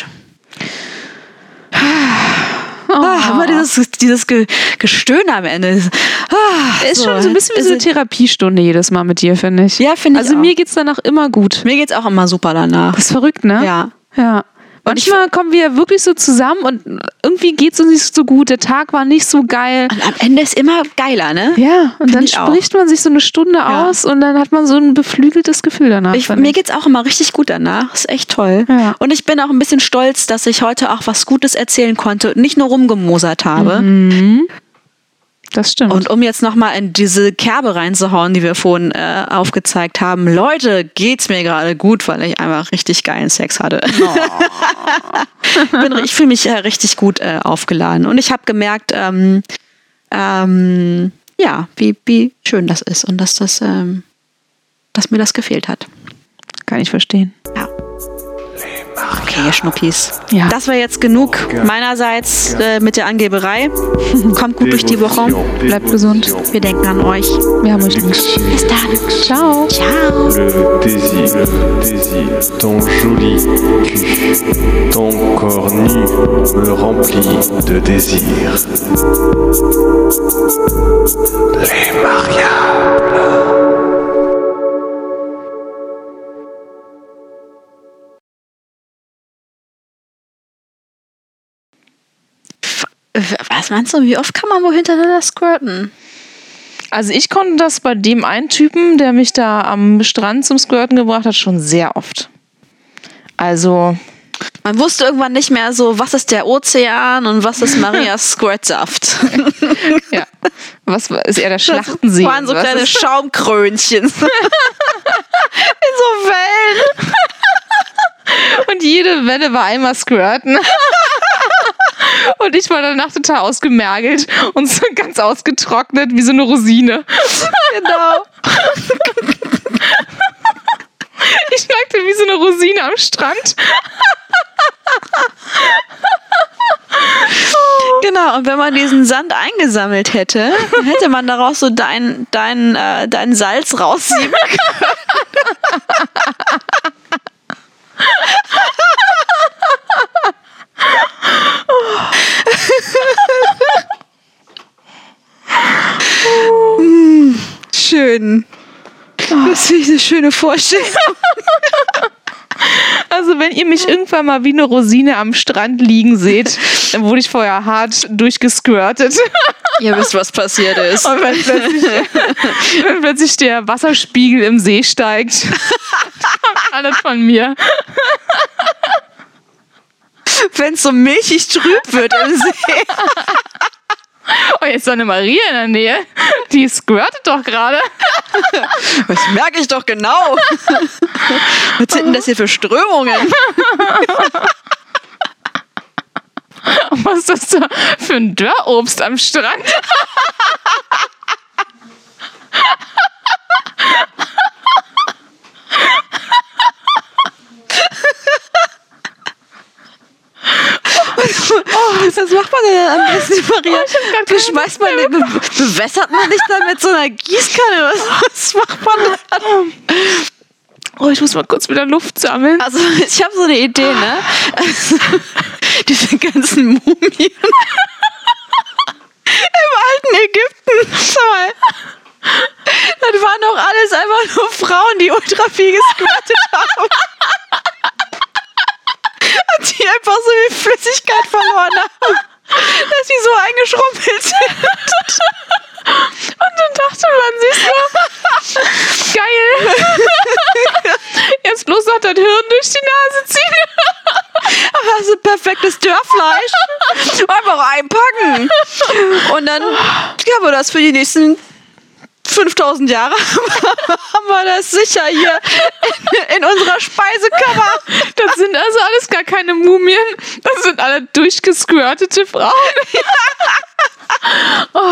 Oh. Ah, aber dieses, dieses Ge- Gestöhn am Ende. Ah, Ist schon so ein bisschen wie so eine Also- Therapiestunde jedes Mal mit dir, finde ich. Ja, finde ich Also auch. mir geht's danach immer gut. Mir geht's auch immer super danach. Das ist verrückt, ne? Ja. Ja. Manchmal kommen wir wirklich so zusammen und irgendwie geht's uns nicht so gut. Der Tag war nicht so geil. Und am Ende ist immer geiler, ne? Ja, und Find dann ich auch. spricht man sich so eine Stunde Ja. aus und dann hat man so ein beflügeltes Gefühl danach. Ich, finde mir ich. geht's auch immer richtig gut danach. Ist echt toll. Ja. Und ich bin auch ein bisschen stolz, dass ich heute auch was Gutes erzählen konnte und nicht nur rumgemosert habe. Das stimmt. Und um jetzt nochmal in diese Kerbe reinzuhauen, die wir vorhin äh, aufgezeigt haben. Leute, geht's mir gerade gut, weil ich einfach richtig geilen Sex hatte. ich bin- ich fühle mich äh, richtig gut äh, aufgeladen. Und ich habe gemerkt, ähm, ähm, ja, wie, wie schön das ist und dass, das, ähm, dass mir das gefehlt hat. Kann ich verstehen. Ja. Okay, ihr Schnuppis. Ja. Das war jetzt genug meinerseits äh, mit der Angeberei. Kommt gut durch die Woche. Bleibt gesund. Wir denken an euch. Wir haben euch lieb. Bis dann. Ciao. Ciao. Le désir, le désir, ton joli cul, ton corps nu me remplit de désir. Les mariables. Was meinst du, wie oft kann man wo hintereinander squirten? Also ich konnte das bei dem einen Typen, der mich da am Strand zum Squirten gebracht hat, schon sehr oft. Also Man wusste irgendwann nicht mehr so, was ist der Ozean und was ist Marias Squirtsaft. ja, was war- ist eher der Schlachtensee? Das waren so Was kleine ist- Schaumkrönchen. In so Wellen. Und jede Welle war einmal squirten. Und ich war danach total ausgemergelt und so ganz ausgetrocknet wie so eine Rosine. Genau. Ich lag da wie so eine Rosine am Strand. Genau, und wenn man diesen Sand eingesammelt hätte, dann hätte man daraus so dein, dein, äh, dein Salz rausziehen können. Schön. Das finde ich eine schöne Vorstellung. Also wenn ihr mich irgendwann mal wie eine Rosine am Strand liegen seht, dann wurde ich vorher hart durchgesquirtet. Ihr wisst, was passiert ist. Und wenn plötzlich, wenn plötzlich der Wasserspiegel im See steigt, kommt alles von mir. Wenn es so milchig trüb wird im See. Oh, jetzt ist doch eine Maria in der Nähe. Die squirtet doch gerade. Das merke ich doch genau. Was sind denn das hier für Strömungen? Und was ist das da für ein Dörrobst am Strand? Was macht man denn am besten, Maria? Beschmeißt man den, be bewässert man dich dann mit so einer Gießkanne? Was, was macht man dann? Oh, ich muss mal kurz wieder Luft sammeln. Also, ich habe so eine Idee, ne? Also, diese ganzen Mumien im alten Ägypten. Sag mal. Das waren doch alles einfach nur Frauen, die ultra viel gesquirtet haben. Und die einfach so viel Flüssigkeit verloren haben, dass die so eingeschrumpelt sind. Und dann dachte man sich so, geil. Jetzt bloß noch das Hirn durch die Nase ziehen. Aber das ist perfektes Dörrfleisch. Einfach einpacken. Und dann haben wir das für die nächsten fünftausend Jahre haben wir das sicher hier in, in unserer Speisekammer. Das sind also alles gar keine Mumien. Das sind alle durchgesquirtete Frauen. Oh.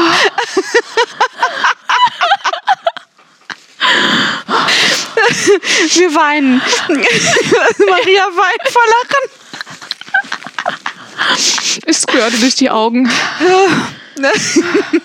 Wir weinen. Maria weint vor Lachen. Ich squirte durch die Augen. Ja.